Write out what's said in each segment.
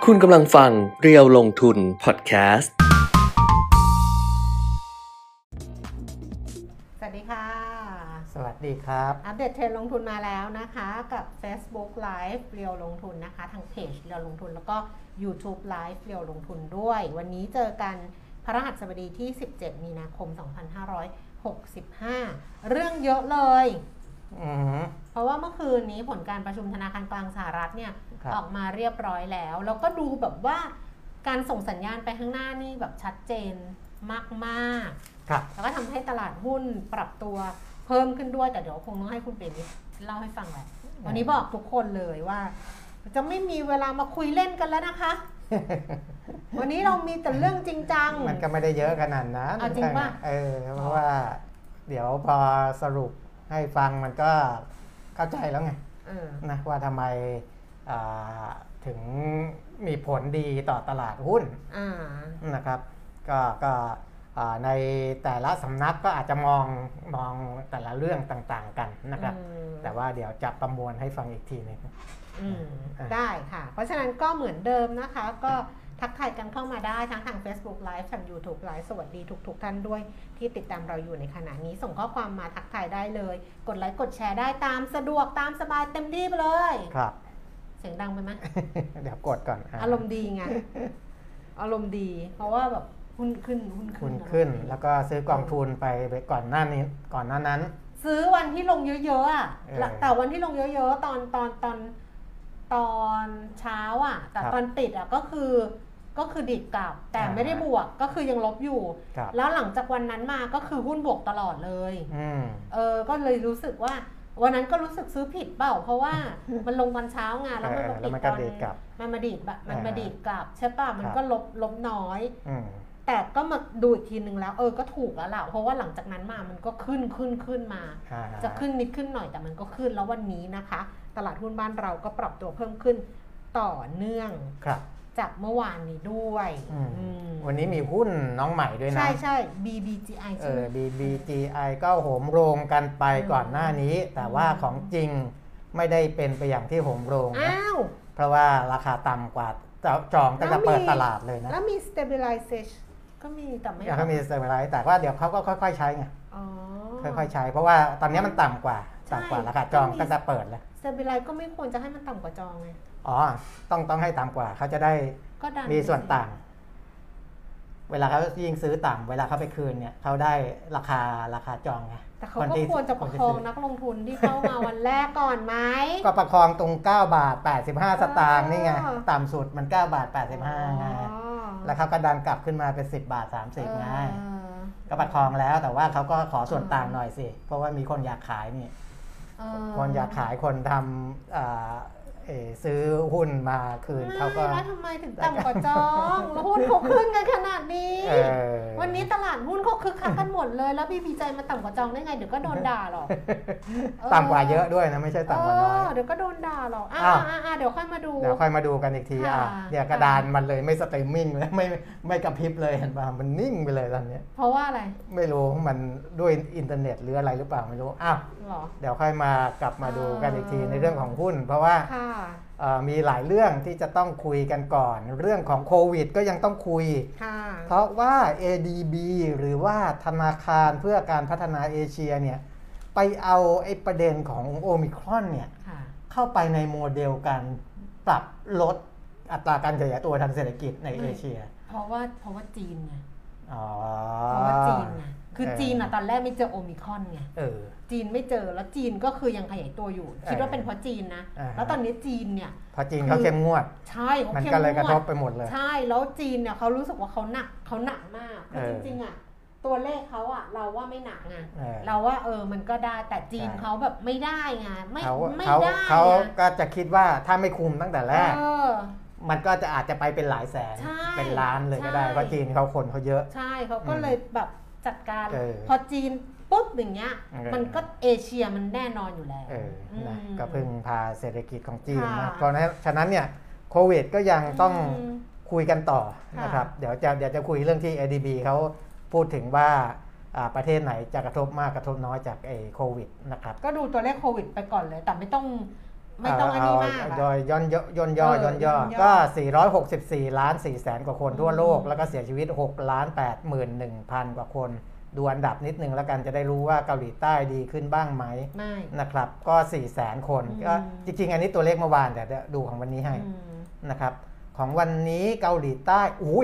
คุณกำลังฟังเรียวลงทุนพอดแคสต์สวัสดีค่ะสวัสดีครับอัปเดตเทรนด์ลงทุนมาแล้วนะคะกับ Facebook Live เรียวลงทุนนะคะทางเพจเรียวลงทุนแล้วก็ YouTube Live เรียวลงทุนด้วยวันนี้เจอกันพฤหัสบดีที่17มีนาคม2565เรื่องเยอะเลยเพราะว่าเมื่อคืนนี้ผลการประชุมธนาคารกลางสหรัฐเนี่ยออกมาเรียบร้อยแล้วก็ดูแบบว่าการส่งสัญญาณไปข้างหน้านี่แบบชัดเจนมากๆแล้วก็ทำให้ตลาดหุ้นปรับตัวเพิ่มขึ้นด้วยแต่เดี๋ยวคงต้องให้คุณเปรมิตรเล่าให้ฟังแหละวันนี้บอกทุกคนเลยว่าจะไม่มีเวลามาคุยเล่นกันแล้วนะคะ วันนี้เรามีแต่เรื่องจริงจังมันก็ไม่ได้เยอะขนาดนั้นจริงป่ะเพราะว่าเดี๋ยวพอสรุปให้ฟังมันก็เข้าใจแล้วไงนะว่าทำไมถึงมีผลดีต่อตลาดหุ้นนะครับก็ในแต่ละสำนักก็อาจจะมองแต่ละเรื่องต่างๆกันนะครับแต่ว่าเดี๋ยวจะประมวลให้ฟังอีกทีนึงได้ค่ะเพราะฉะนั้นก็เหมือนเดิมนะคะก็ทักทายกันเข้ามาได้ทั้งทาง Facebook Live ทาง YouTube Live สวัสดีทุกท่านด้วยที่ติดตามเราอยู่ในขณะนี้ส่งข้อความมาทักทายได้เลยกดไลค์กดแชร์ได้ตามสะดวกตามสบายเต็มที่ไปเลยครับเสียงดังไปไหมเดี๋ยวกดก่อนอารมณ์ดีไงอารมณ์ดีเพราะว่าแบบหุ้นขึ้นแล้วก็ซื้อกองทุนไปก่อนหน้านั้นซื้อวันที่ลงเยอะๆอ่ะแต่วันที่ลงเยอะๆตอนเช้าอ่ะแต่ตอนปิดอ่ะก็คือดิบกลับแต่ไม่ได้บวกก็คือยังลบอยู่แล้วหลังจากวันนั้นมาก็คือหุ้นบวกตลอดเลยก็เลยรู้สึกว่าวันนั้นก็รู้สึกซื้อผิดเปล่าเพราะว่ามันลงตอนเช้าไงแล้วมันมาปิดตอนมันมาดีดกลับใช่ป่ะมันก็ลบน้อยแต่ก็มาดูอีกทีนึงแล้วก็ถูกแล้วแหละเพราะว่าหลังจากนั้นมามันก็ขึ้นมาจะขึ้นนิดขึ้นหน่อยแต่มันก็ขึ้นแล้ววันนี้นะคะตลาดหุ้นบ้านเราก็ปรับตัวเพิ่มขึ้นต่อเนื่องจากเมื่อวานนี้ด้วยวันนี้มีหุ้นน้องใหม่ด้วยนะใช่ BBGI BBGI ก็โหมโรงกันไปก่อนหน้านี้แต่ว่าของจริงไม่ได้เป็นไปอย่างที่โหมโรงนะเพราะว่าราคาต่ำกว่าจองตั้งแต่เปิดตลาดเลยนะแล้วมี stabilization ก็มีแต่ไม่ก็มี stabilize แต่ว่าเดี๋ยวเขาก็ค่อยๆใช้ไงค่อยๆใช้เพราะว่าตอนนี้มันต่ำกว่าราคาจองตั้งแต่เปิดแล้ว stabilize ก็ไม่ควรจะให้มันต่ำกว่าจองไงต้องให้ต่ำกว่าเขาจะได้มีส่วนต่างเวลาเขายิ่งซื้อต่ำเวลาเขาไปคืนเนี่ยเขาได้ราคาจองไงแต่เขาก็ควรจะประคองนักลงทุนที่เข้ามาวันแรกก่อนไหมก็ประคองตรง9 บาท 85 สตางค์นี่ไงต่ำสุดมัน9 บาท 85ไงแล้วเขาก็ดันกลับขึ้นมาเป็น10 บาท 30ไงก็ประคองแล้วแต่ว่าเขาก็ขอส่วนต่างหน่อยสิเพราะว่ามีคนอยากขายนี่คนอยากขายคนทำซื้อหุ้นมาคืนเขาก็แล้วทำไมถึงต่ำกว่าจองแล้วหุ้นเขาขึ้นกันขนาดนี้วันนี้ตลาดหุ้นเขาคึกคักกันหมดเลยแล้วพี่พีใจมาต่ำกว่าจองได้ไงเดี๋ยวก็โดนด่าหรอกต่ำกว่าเยอะด้วยนะไม่ใช่ต่ำกว่าน้อยเดี๋ยวก็โดนด่าหรอกเดี๋ยวค่อยมาดูกันอีกทีเนี่ยกระดานมันเลยไม่สตรีมมิ่งเลยไม่กระพริบเลยเห็นป่ะมันนิ่งไปเลยตอนนี้เพราะว่าอะไรไม่รู้มันด้วยอินเทอร์เน็ตหรืออะไรหรือเปล่าไม่รู้เดี๋ยวค่อยมากลับมาดูกันอีกทีในเรื่องของหุ้นเพราะว่ามีหลายเรื่องที่จะต้องคุยกันก่อนเรื่องของโควิดก็ยังต้องคุยเพราะว่า ADB หรือว่าธนาคารเพื่อการพัฒนาเอเชียเนี่ยไปเอาไอ้ประเด็นของโอมิครอนเนี่ยเข้าไปในโมเดลการปรับลดอัตราการขยายตัวทางเศรษฐกิจในเอเชียเพราะว่าจีนไงเพราะว่าจีนไงคือจีนตอนแรกไม่เจอโอมิครอนไงจีนไม่เจอแล้วจีนก็คือยังขยายตัวอยู่คิดว่าเป็นเพราะจีนนะแล้วตอนนี้จีนเนี่ยเพราะจีนเขาเข้มงวดใช่เขาเข้มงวดมันก็เลยกระทบไปหมดเลยใช่แล้วจีนเนี่ยเขารู้สึกว่าเขาหนักมากจริงๆตัวเลขเขาเราว่าไม่หนักไงเราว่ามันก็ได้แต่จีนเขาแบบไม่ได้ไงไม่ได้เขาก็จะคิดว่าถ้าไม่คุมตั้งแต่แรกมันก็จะอาจจะไปเป็นหลายแสนเป็นล้านเลยก็ได้เพราะจีนเขาคนเขาเยอะใช่เขาก็เลยแบบจัดการพอจีนปุ๊บอย่างเงี้ยมันก็เอเชียมันแน่นอนอยู่แล้วนะก็พึ่งพาเศรษฐกิจของจีนนะเพราะฉะนั้นเนี่ยโควิดก็ยังต้องคุยกันต่อนะครับเดี๋ยวจะคุยเรื่องที่ ADB เขาพูดถึงว่าประเทศไหนจะกระทบมากกระทบน้อยจากโควิดนะครับก็ดูตัวเลขโควิดไปก่อนเลยแต่ไม่ต้องไม่ต้องอันนี้มากโดยย่นย่อก็464ล้าน4แสนกว่าคนทั่วโลกแล้วก็เสียชีวิต6,81,000 กว่าคนดูอันดับนิดนึงแล้วกันจะได้รู้ว่าเกาหลีใต้ดีขึ้นบ้างไหมนะครับก็400,000 คนก็จริงๆอันนี้ตัวเลขเมื่อวานแต่ดูของวันนี้ให้นะครับของวันนี้เกาหลีใต้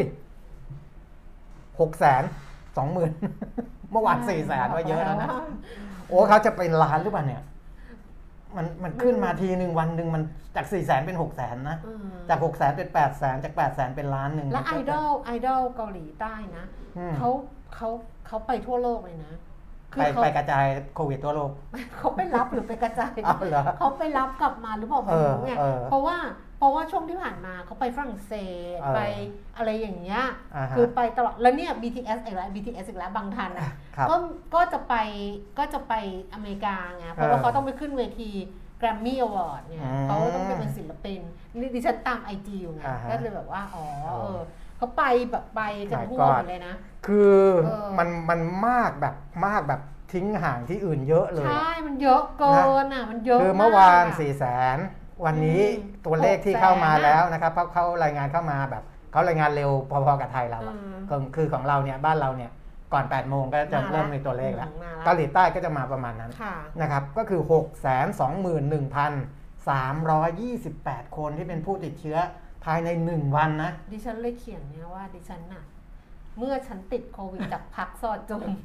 620,000 เมื่อวาน400,000ว่าเยอะแล้วนะโอ้เขาจะเป็นล้านหรือเปล่าเนี่ยมันขึ้นมาทีหนึ่งวันหนึ่งมันจาก400,000เป็น600,000นะจาก600,000เป็น800,000จาก800,000เป็นล้านหนึ่งแล้วไอดอลเกาหลีใต้นะเขาไปทั่วโลกเลยนะไปกระจายโควิดทั่วโลกเขาไปรับหรือไปกระจายเขาไปรับกลับมาหรือเปล่าไม่รู้ไงเพราะว่าช่วงที่ผ่านมาเขาไปฝรั่งเศสไปอะไรอย่างเงี้ยคือไปตลอดแล้วเนี่ย BTS อีกแล้วบางทันอ่ะก็จะไปอเมริกาไงเพราะว่าเขาต้องไปขึ้นเวทีแกรมมี่อวอร์ดเนี่ยเขาต้องเป็นศิลปินนี่ดิฉันตาม IG อยู่ไงก็เลยแบบว่าเขาไปกันทั่วเลยนะคือมันมากแบบทิ้งห่างที่อื่นเยอะเลยใช่มันเยอะเกินมันเยอะคือเมื่อวาน400,000วันนี้ตัวเลขที่เข้ามาแล้วนะครับเขารายงานเข้ามาแบบเขารายงานเร็วพอๆกับไทยเราคือของเราเนี่ยบ้านเราเนี่ยก่อน8 โมงก็จะเริ่มมีตัวเลขแล้วเกาหลีใต้ก็จะมาประมาณนั้นนะครับก็คือ 621,328 คนที่เป็นผู้ติดเชื้อภายใน1วันนะดิฉันเลยเขียนเนี่ยว่าดิฉันน่ะเมื่อฉันติดโควิดจากพักซอจุน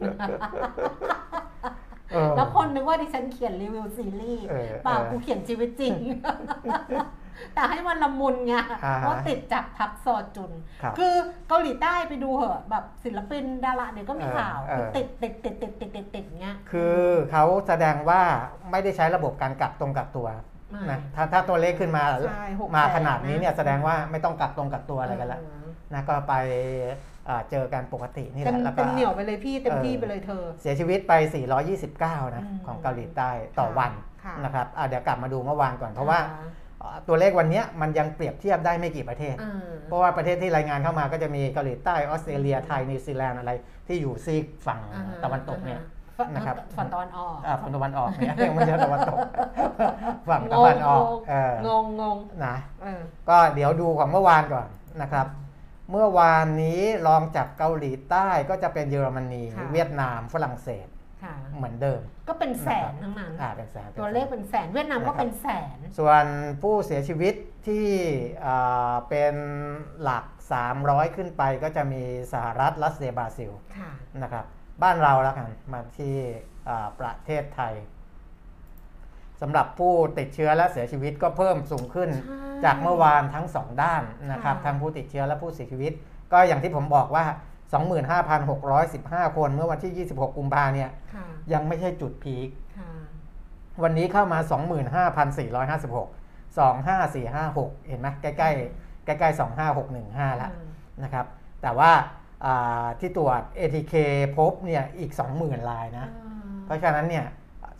แล้วคนนึกว่าดิฉันเขียนรีวิวซีรีส์เปล่ากูเขียนชีวิตจริงแต่ให้มันละมุนไงว่าติดจากพักซอจุนคือเกาหลีใต้ไปดูเหอะแบบศิลปินดาราเนี่ยก็มีข่าวติดเงี้ยคือเขาแสดงว่าไม่ได้ใช้ระบบการกักตัวนะถ้าตัวเลขขึ้นมาขนาดนี้เนี่ยแสดงว่าไม่ต้องกักตัวอะไรกันแล้วนะก็ไปเจอกันปกตินี่แหละแล้วก็เหนียวไปเลยพี่เต็มที่ไปเลยเธอเสียชีวิตไป429นะของเกาหลีใต้ต่อวันนะครับเดี๋ยวกลับมาดูเมื่อวานก่อนเพราะว่าตัวเลขวันนี้มันยังเปรียบเทียบได้ไม่กี่ประเทศเพราะว่าประเทศที่รายงานเข้ามาก็จะมีเกาหลีใต้ออสเตรเลียไทยนิวซีแลนด์อะไรที่อยู่ซีกฝั่งตะวันตกเนี่ยนะครับฝั่งตะวันออกฝั่งตะวันออกเนี่ยไม่ใช่ตะวันตกฝั่งตะวันออกงงนะก็เดี๋ยวดูของเมื่อวานก่อนนะครับเมื่อวานนี้รองจากเกาหลีใต้ก็จะเป็นเยอรมนีเวียดนามฝรั่งเศสเหมือนเดิมก็เป็นแสนทั้งนั้นเป็นแสนตัวเลขเป็นแสนเวียดนามก็เป็นแสนส่วนผู้เสียชีวิตที่เป็นหลัก300ขึ้นไปก็จะมีสหรัฐรัสเซียบราซิลนะครับบ้านเราแล้วกันมาที่ประเทศไทยสำหรับผู้ติดเชื้อและเสียชีวิตก็เพิ่มสูงขึ้นจากเมื่อวานทั้ง2ด้านนะครับทั้งผู้ติดเชื้อและผู้เสียชีวิตก็อย่างที่ผมบอกว่า 25,615 คนเมื่อวันที่26กุมภาพันธ์เนี่ยยังไม่ใช่จุดพีควันนี้เข้ามา 25,456 25456เห็นไหมใกล้25615แล้วนะครับแต่ว่าที่ตรวจ ATK พบเนี่ยอีก 20,000 รายนะเพราะฉะนั้นเนี่ย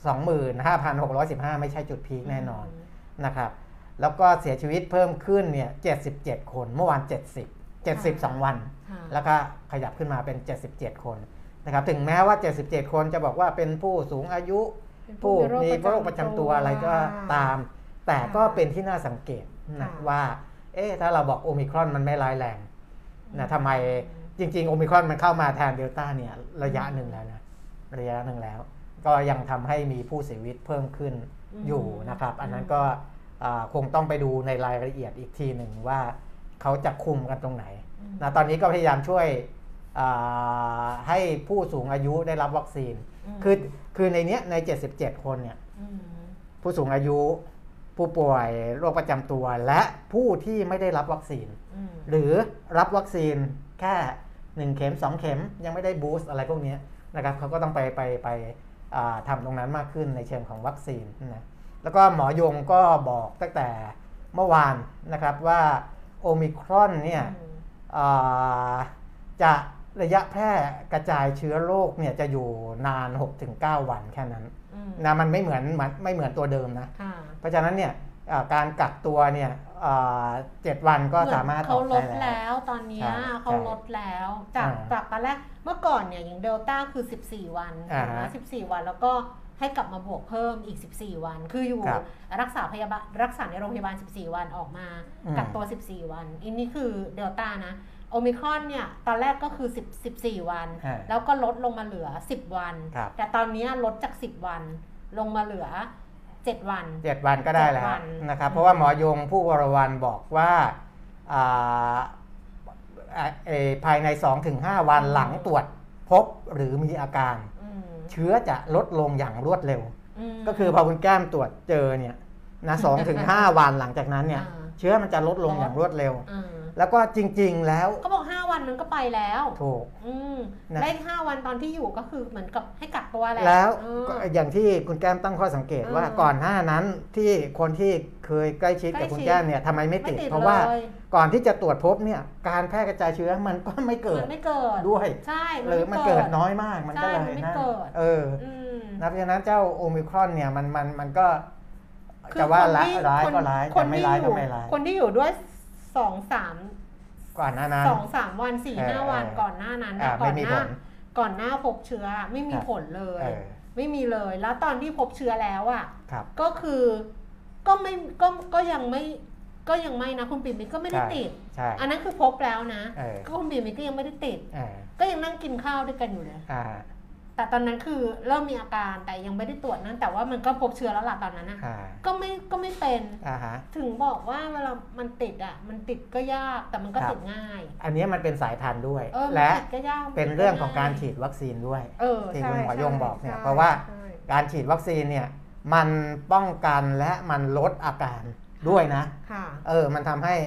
25,615 ไม่ใช่จุดพีคแน่นอนนะครับแล้วก็เสียชีวิตเพิ่มขึ้นเนี่ย77คนเมื่อวาน72วันแล้วก็ขยับขึ้นมาเป็น77คนนะครับถึงแม้ว่า77คนจะบอกว่าเป็นผู้สูงอายุผู้มีโรคประจำตัวอะไรก็ตามแต่ก็เป็นที่น่าสังเกตนะว่าถ้าเราบอกโอมิครอนมันไม่ร้ายแรงนะทำไมจริงๆโอมิครอนมันเข้ามาแทนเดลต้าเนี่ยระยะหนึ่งแล้วก็ยังทำให้มีผู้เสียชีวิตเพิ่มขึ้นอยู่นะครับอันนั้นก็คงต้องไปดูในรายละเอียดอีกทีหนึ่งว่าเขาจะคุมกันตรงไหนนะตอนนี้ก็พยายามช่วยให้ผู้สูงอายุได้รับวัคซีนคือในเนี้ยใน77คนเนี่ยผู้สูงอายุผู้ป่วยโรคประจำตัวและผู้ที่ไม่ได้รับวัคซีนหรือรับวัคซีนแค่1เข็ม2เข็มยังไม่ได้บูสต์อะไรพวกนี้นะครับเขาก็ต้องไปทำตรงนั้นมากขึ้นในเชิงของวัคซีนนะแล้วก็หมอยงก็บอกตั้งแต่เมื่อวานนะครับว่าโอมิครอนเนี่ยจะระยะแพร่กระจายเชื้อโรคเนี่ยจะอยู่นาน 6-9 วันแค่นั้นนะมันไม่เหมือนตัวเดิมนะเพราะฉะนั้นเนี่ยการกักตัวเนี่ย7 วันก็สามารถเขาลดแล้วตอนนี้เขาลดแล้วจากตอนแรกเมื่อก่อนเนี่ยอย่างเดลต้าคือ14 วันนะ14 วันแล้วก็ให้กลับมาบวกเพิ่มอีก14วันคืออยู่รักษาในโรงพยาบาล14วันออกมากักตัว14วันอันนี้คือเดลต้านะโอมิครอนเนี่ยตอนแรกก็คือ14วันแล้วก็ลดลงมาเหลือ10วันแต่ตอนนี้ลดจาก10วันลงมาเหลือ7วัน 7วันก็ได้แล้วนะครับเพราะว่าหมอยงผู้วรวรรณบอกว่าภายใน 2-5 วันหลังตรวจพบหรือมีอาการเชื้อจะลดลงอย่างรวดเร็วก็คือพอคุณแก้มตรวจเจอเนี่ยนะ 2-5 วันหลังจากนั้นเนี่ยเชื้อมันจะลดลงอย่างรวดเร็วแล้วก็จริงๆแล้วก็บอก5วันมันก็ไปแล้วถูกได้5วันตอนที่อยู่ก็คือเหมือนกับให้กักตัวแล้วอย่างที่คุณแก้มตั้งข้อสังเกตว่าก่อนหน้านั้นที่คนที่เคยใกล้ชิดกับคุณแก้มเนี่ยทำไมไม่ติดเพราะว่าก่อนที่จะตรวจพบเนี่ยการแพร่กระจายเชื้อมันก็ไม่เกิดด้วยใช่หรือมันเกิดน้อยมากมันก็เลยนะเพราะฉะนั้นเจ้าโอมิครอนเนี่ยมันก็จะว่าร้ายก็ร้ายแต่ไม่ร้ายก็ไม่ร้ายคนที่อยู่ด้วย2-3 ก่อนหน้านั้น 2-3 วัน 4-5 วันก่อนหน้านั้นก่อนหน้าพบเชื้อไม่มีผลเลยไม่มีเลยแล้วตอนที่พบเชื้อแล้วอ่ะก็คือก็ยังไม่นะคุณปิ่มมิตรก็ไม่ได้ติดอันนั้นคือพบแล้วนะก็คุณปิ่มมิตรก็ยังไม่ได้ติดก็ยังนั่งกินข้าวด้วยกันอยู่เลยแต่ตอนนั้นคือเริ่มมีอาการแต่ยังไม่ได้ตรวจนั้นแต่ว่ามันก็พบเชื้อแล้วล่ะตอนนั้นนะก็ไม่เป็นถึงบอกว่าเวลามันติดอ่ะมันติดก็ยากแต่มันก็ติดง่ายอันนี้มันเป็นสายพันธุ์ด้วยและเป็นเรื่องของการฉีดวัคซีนด้วยที่คุณหมอยงบอกเนี่ยเพราะว่าการฉีดวัคซีนเนี่ยมันป้องกันและมันลดอาการด้วยนะมันทำให้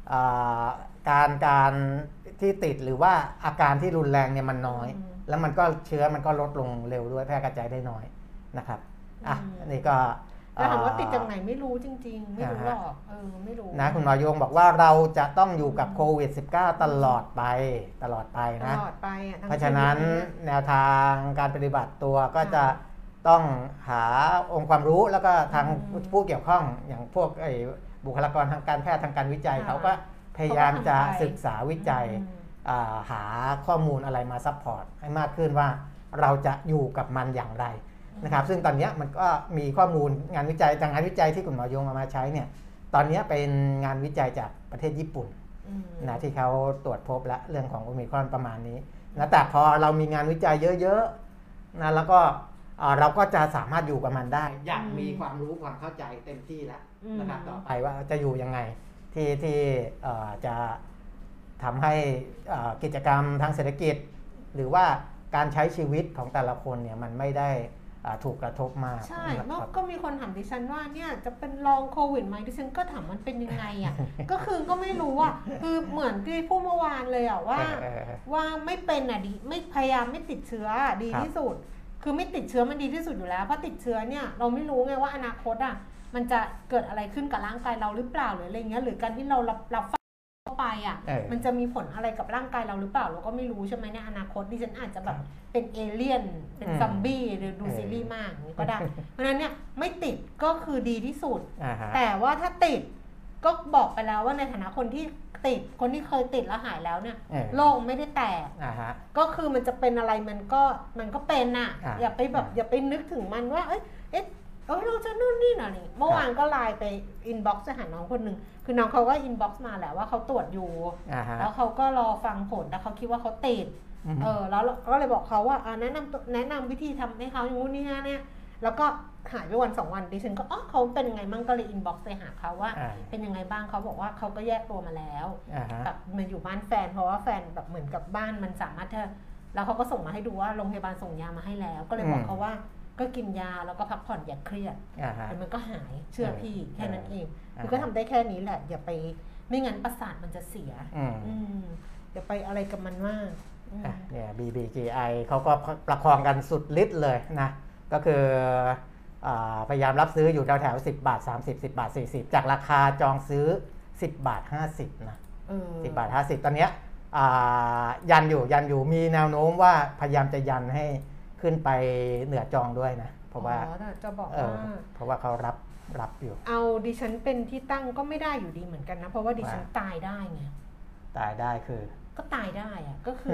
การที่ติดหรือว่าอาการที่รุนแรงเนี่ยมันน้อยแล้วมันก็เชื้อมันก็ลดลงเร็วด้วยแพร่กระจายได้น้อยนะครับอันนี้ก็ถามว่าติดจากไหนไม่รู้จริงๆไม่รู้หรอกไม่รู้นะคุณหมอยงบอกว่าเราจะต้องอยู่กับโควิด -19 ตลอดไปนะเพราะฉะนั้นแนวทางการปฏิบัติตัวก็จะต้องหาองค์ความรู้แล้วก็ทางผู้เกี่ยวข้องอย่างพวกบุคลากรทางการแพทย์ทางการวิจัยเขาก็พยายามจะศึกษาวิจัยหาข้อมูลอะไรมาซัพพอร์ตให้มากขึ้นว่าเราจะอยู่กับมันอย่างไรนะครับซึ่งตอนนี้มันก็มีข้อมูลงานวิจัยที่คุณหมอยงเอามาใช้เนี่ยตอนนี้เป็นงานวิจัยจากประเทศญี่ปุ่นนะที่เขาตรวจพบแล้วเรื่องของโอมิครอนประมาณนี้นะแต่พอเรามีงานวิจัยเยอะๆนะแล้วก็เราก็จะสามารถอยู่กับมันได้อย่างมีความรู้ความเข้าใจเต็มที่แล้วนะครับต่อไปว่าจะอยู่ยังไงที่จะทำให้กิจกรรมทางเศรษฐกิจหรือว่าการใช้ชีวิตของแต่ละคนเนี่ยมันไม่ได้ถูกกระทบมากใช่ก็มีคนถามดิฉันว่าเนี่ยจะเป็นลองโควิดไหมดิฉันก็ถามมันเป็นยังไงอ่ะ ก็คือก็ไม่รู้อ่ะคือเหมือนที่พูดเมื่อวานเลยอ่ะว่าไม่เป็นอ่ะดีไม่พยายามไม่ติดเชื้อดีที่สุดคือไม่ติดเชื้อมันดีที่สุดอยู่แล้วเพราะติดเชื้อเนี่ยเราไม่รู้ไงว่าอนาคตอ่ะมันจะเกิดอะไรขึ้นกับร่างกายเราหรือเปล่าหรืออะไรเงี้ยหรือการที่เรารับเข้าไปอ่ะมันจะมีผลอะไรกับร่างกายเราหรือเปล่าเราก็ไม่รู้ใช่ไหมในอนาคตดิฉันอาจจะแบบเป็นเอเลี่ยนเป็นซอมบี้หรือดูซีรีส์มากอย่างนี้ก็ได้เพราะฉะนั้นเนี่ยไม่ติดก็คือดีที่สุดแต่ว่าถ้าติดก็บอกไปแล้วว่าในฐานะคนที่ติดคนที่เคยติดแล้วหายแล้วเนี่ยโรคไม่ได้แตกก็คือมันจะเป็นอะไรมันก็เป็นน่ะอย่าไปแบบอย่าไปนึกถึงมันว่าเราจะนู่นนี่น่ะนี่เมื่อวานก็ไลน์ไปอินบ็อกซ์หาน้องคนหนึ่งคือน้องเขาก็อินบ็อกซ์มาแหละว่าเขาตรวจอยู่แล้วเขาก็รอฟังผลแต่เขาคิดว่าเขาติดแล้วก็เลยบอกเขาว่าแนะนำวิธีทำให้เขาอย่างงู้นนี่เนี่ยแล้วก็หายไปวัน2 วันดิฉันก็เขาเป็นยังไงมั่งก็เลยอินบ็อกซ์ไปหาเขาว่าเป็นยังไงบ้างเขาบอกว่าเขาก็แยกตัวมาแล้วแบบมาอยู่บ้านแฟนเพราะว่าแฟนแบบเหมือนกับบ้านมันสามารถแล้วเขาก็ส่งมาให้ดูว่าโรงพยาบาลส่งยามาให้แล้วก็เลยบอกเขาว่าก็กินยาแล้วก็พักผ่อนอย่าเครียดมันก็หายเชื่อพี่แค่นั้นเองคือก็ทำได้แค่นี้แหละอย่าไปไม่งั้นประสาทมันจะเสียอย่าไปอะไรกับมันมากเนี่ย BBGI เขาก็ประคองกันสุดฤทธิ์เลยนะก็คือพยายามรับซื้ออยู่แถวๆ10 บาท 30 10 บาท 40จากราคาจองซื้อ10 บาท 50นะ10 บาท 50ตอนเนี้ยยันอยู่มีแนวโน้มว่าพยายามจะยันให้ขึ้นไปเหนือจองด้วยนะเพราะว่าจะบอกว่าเพราะว่าเขารับอยู่เอาดิฉันเป็นที่ตั้งก็ไม่ได้อยู่ดีเหมือนกันนะเพราะว่าดิฉันตายได้ไงตายได้คือก็ตายได้อะก็คือแบบ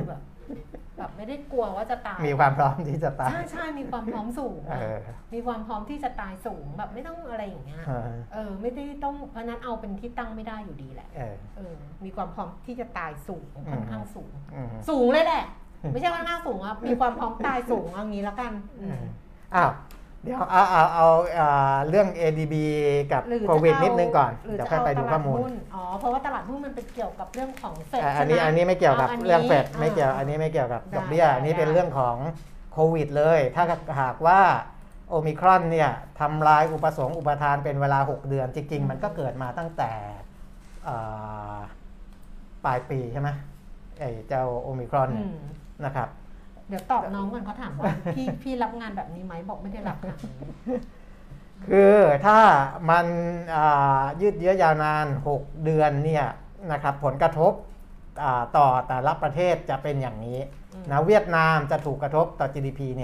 แบบไม่ได้กลัวว่าจะตายมีความพร้อมที่จะตายใช่มีความพร้อมสูงมีความพร้อมที่จะตายสูงแบบไม่ต้องอะไรอย่างเงี้ยไม่ได้ต้องเพราะนั้นเอาเป็นที่ตั้งไม่ได้อยู่ดีแหละมีความพร้อมที่จะตายสูงค่อนข้างสูงสูงเลยแหละไม่ใช่ว่าหน้าสูงอ่ะมีความพร้อมตายสูงเอางี้แล้วกันเดี๋ยวเอาเรื่อง ADB กับโควิดนิดนึงก่อนเดี๋ยวค่อยไปดูข้อมูลเพราะว่าตลาดหุ้นมันเป็นเกี่ยวกับเรื่องของเฟดอันนี้ไม่เกี่ยวกับเรื่องเฟดไม่เกี่ยวอันนี้ไม่เกี่ยวกับดอกเบี้ยอันนี้เป็นเรื่องของโควิดเลยถ้าหากว่าโอมิครอนเนี่ยทำลายอุปสงค์อุปทานเป็นเวลา6เดือนจริงๆมันก็เกิดมาตั้งแต่ปลายปีใช่ไหมไอ้เจ้าโอมิครอนนะครับเดี๋ยวตอบน้องก่อนเขาถามว่าพี่รับงานแบบนี้ไหมบอกไม่ได้รับค่ะคือถ้ามันยืดเยื้อยาวนาน6เดือนเนี่ยนะครับผลกระทบต่อแต่ละประเทศจะเป็นอย่างนี้นะเวียดนามจะถูกกระทบต่อ GDP เนี่ย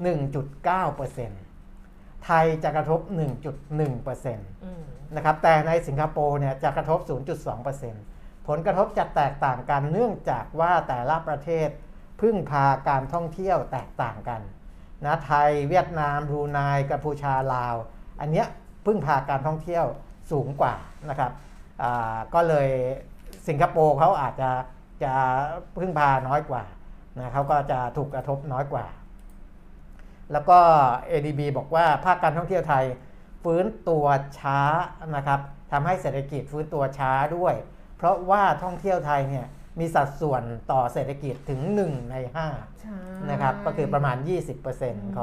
1.9% ไทยจะกระทบ 1.1% นะครับแต่ในสิงคโปร์เนี่ยจะกระทบ 0.2% ผลกระทบจะแตกต่างกันเนื่องจากว่าแต่ละประเทศพึ่งพาการท่องเที่ยวแตกต่างกันนะไทยเวียดนามบรูไนกัมพูชาลาวอันเนี้ยพึ่งพาการท่องเที่ยวสูงกว่านะครับก็เลยสิงคโปร์เขาอาจจะพึ่งพาน้อยกว่านะเขาก็จะถูกกระทบน้อยกว่าแล้วก็ ADB บอกว่าภาคการท่องเที่ยวไทยฟื้นตัวช้านะครับทำให้เศรษฐกิจฟื้นตัวช้าด้วยเพราะว่าท่องเที่ยวไทยเนี่ยมีสัดส่วนต่อเศรษฐกิจถึง1 ใน 5นะครับก็คือประมาณ 20%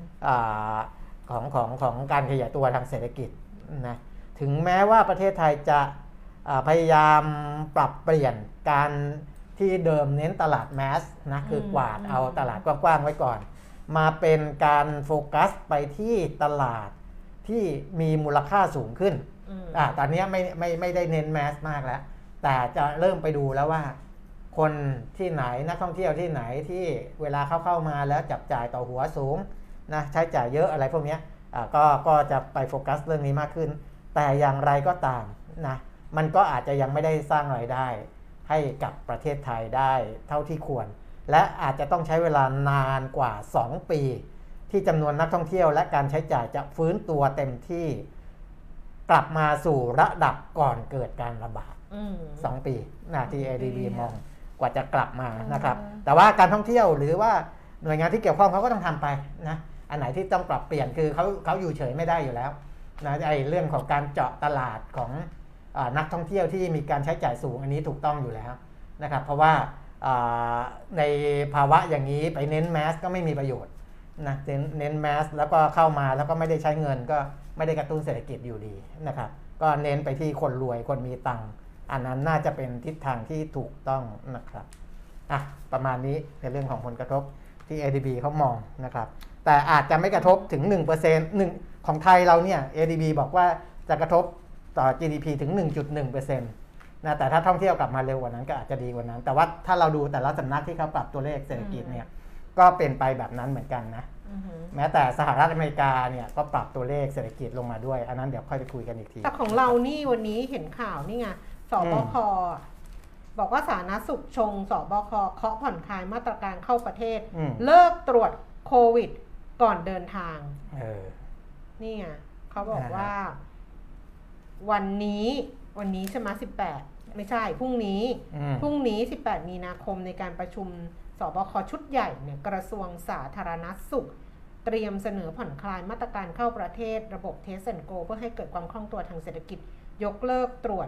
ของการขยายตัวทางเศรษฐกิจนะถึงแม้ว่าประเทศไทยจะพยายามปรับเปลี่ยนการที่เดิมเน้นตลาดแมสนะคือกวาดเอาตลาดกว้างๆไว้ก่อนมาเป็นการโฟกัสไปที่ตลาดที่มีมูลค่าสูงขึ้นตอนนี้ไม่ได้เน้นแมสมากแล้วแต่จะเริ่มไปดูแล้วว่าคนที่ไหนนักท่องเที่ยวที่ไหนที่เวลาเข้ามาแล้วจับจ่ายต่อหัวสูงนะใช้จ่ายเยอะอะไรพวกนี้ก็จะไปโฟกัสเรื่องนี้มากขึ้นแต่อย่างไรก็ตามนะมันก็อาจจะยังไม่ได้สร้างรายได้ให้กับประเทศไทยได้เท่าที่ควรและอาจจะต้องใช้เวลานานกว่า2 ปีที่จำนวนนักท่องเที่ยวและการใช้จ่ายจะฟื้นตัวเต็มที่กลับมาสู่ระดับก่อนเกิดการระบาด2 ปีนะที่ ADB มองกว่าจะกลับมานะครับแต่ว่าการท่องเที่ยวหรือว่าหน่วยงานที่เกี่ยวข้องเขาก็ต้องทำไปนะอันไหนที่ต้องปรับเปลี่ยนคือเขาอยู่เฉยไม่ได้อยู่แล้วนะไอ้เรื่องของการเจาะตลาดของนักท่องเที่ยวที่มีการใช้จ่ายสูงอันนี้ถูกต้องอยู่แล้วนะครับเพราะว่าในภาวะอย่างนี้ไปเน้นแมสก็ไม่มีประโยชน์นะเน้นแมสแล้วก็เข้ามาแล้วก็ไม่ได้ใช้เงินก็ไม่ได้กระตุ้นเศรษฐกิจอยู่ดีนะครับก็เน้นไปที่คนรวยคนมีตังค์อันนั้นน่าจะเป็นทิศทางที่ถูกต้องนะครับประมาณนี้ในเรื่องของผลกระทบที่ ADB เขามองนะครับแต่อาจจะไม่กระทบถึง 1% ของไทยเราเนี่ย ADB บอกว่าจะกระทบต่อ GDP ถึง 1.1% นะแต่ถ้าท่องเที่ยวกลับมาเร็วกว่านั้นก็อาจจะดีกว่านั้นแต่ว่าถ้าเราดูแต่ละสำนักที่เขาปรับตัวเลขเศรษฐกิจเนี่ยก็เป็นไปแบบนั้นเหมือนกันนะแม้แต่สหรัฐอเมริกาเนี่ยก็ปรับตัวเลขเศรษฐกิจลงมาด้วยอันนั้นเดี๋ยวค่อยไปคุยกันอีกทีแต่ของเรานี่วันนี้เห็นข่าวนี่ไงสบคบอกว่าสาธารณสุขชงสบคเคาะผ่อนคลายมาตรการเข้าประเทศเลิกตรวจโควิดก่อนเดินทางนี่ไงเขาบอกว่าวันนี้ใช่ไหม18ไม่ใช่พรุ่งนี้18มีนาคมในการประชุมสบคชุดใหญ่เนี่ยกระทรวงสาธารณสุขเตรียมเสนอผ่อนคลายมาตรการเข้าประเทศระบบ Test and Go เพื่อให้เกิดความคล่องตัวทางเศรษฐกิจยกเลิกตรวจ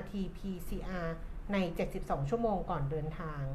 RT-PCR ใน72ชั่วโมงก่อนเดินทาง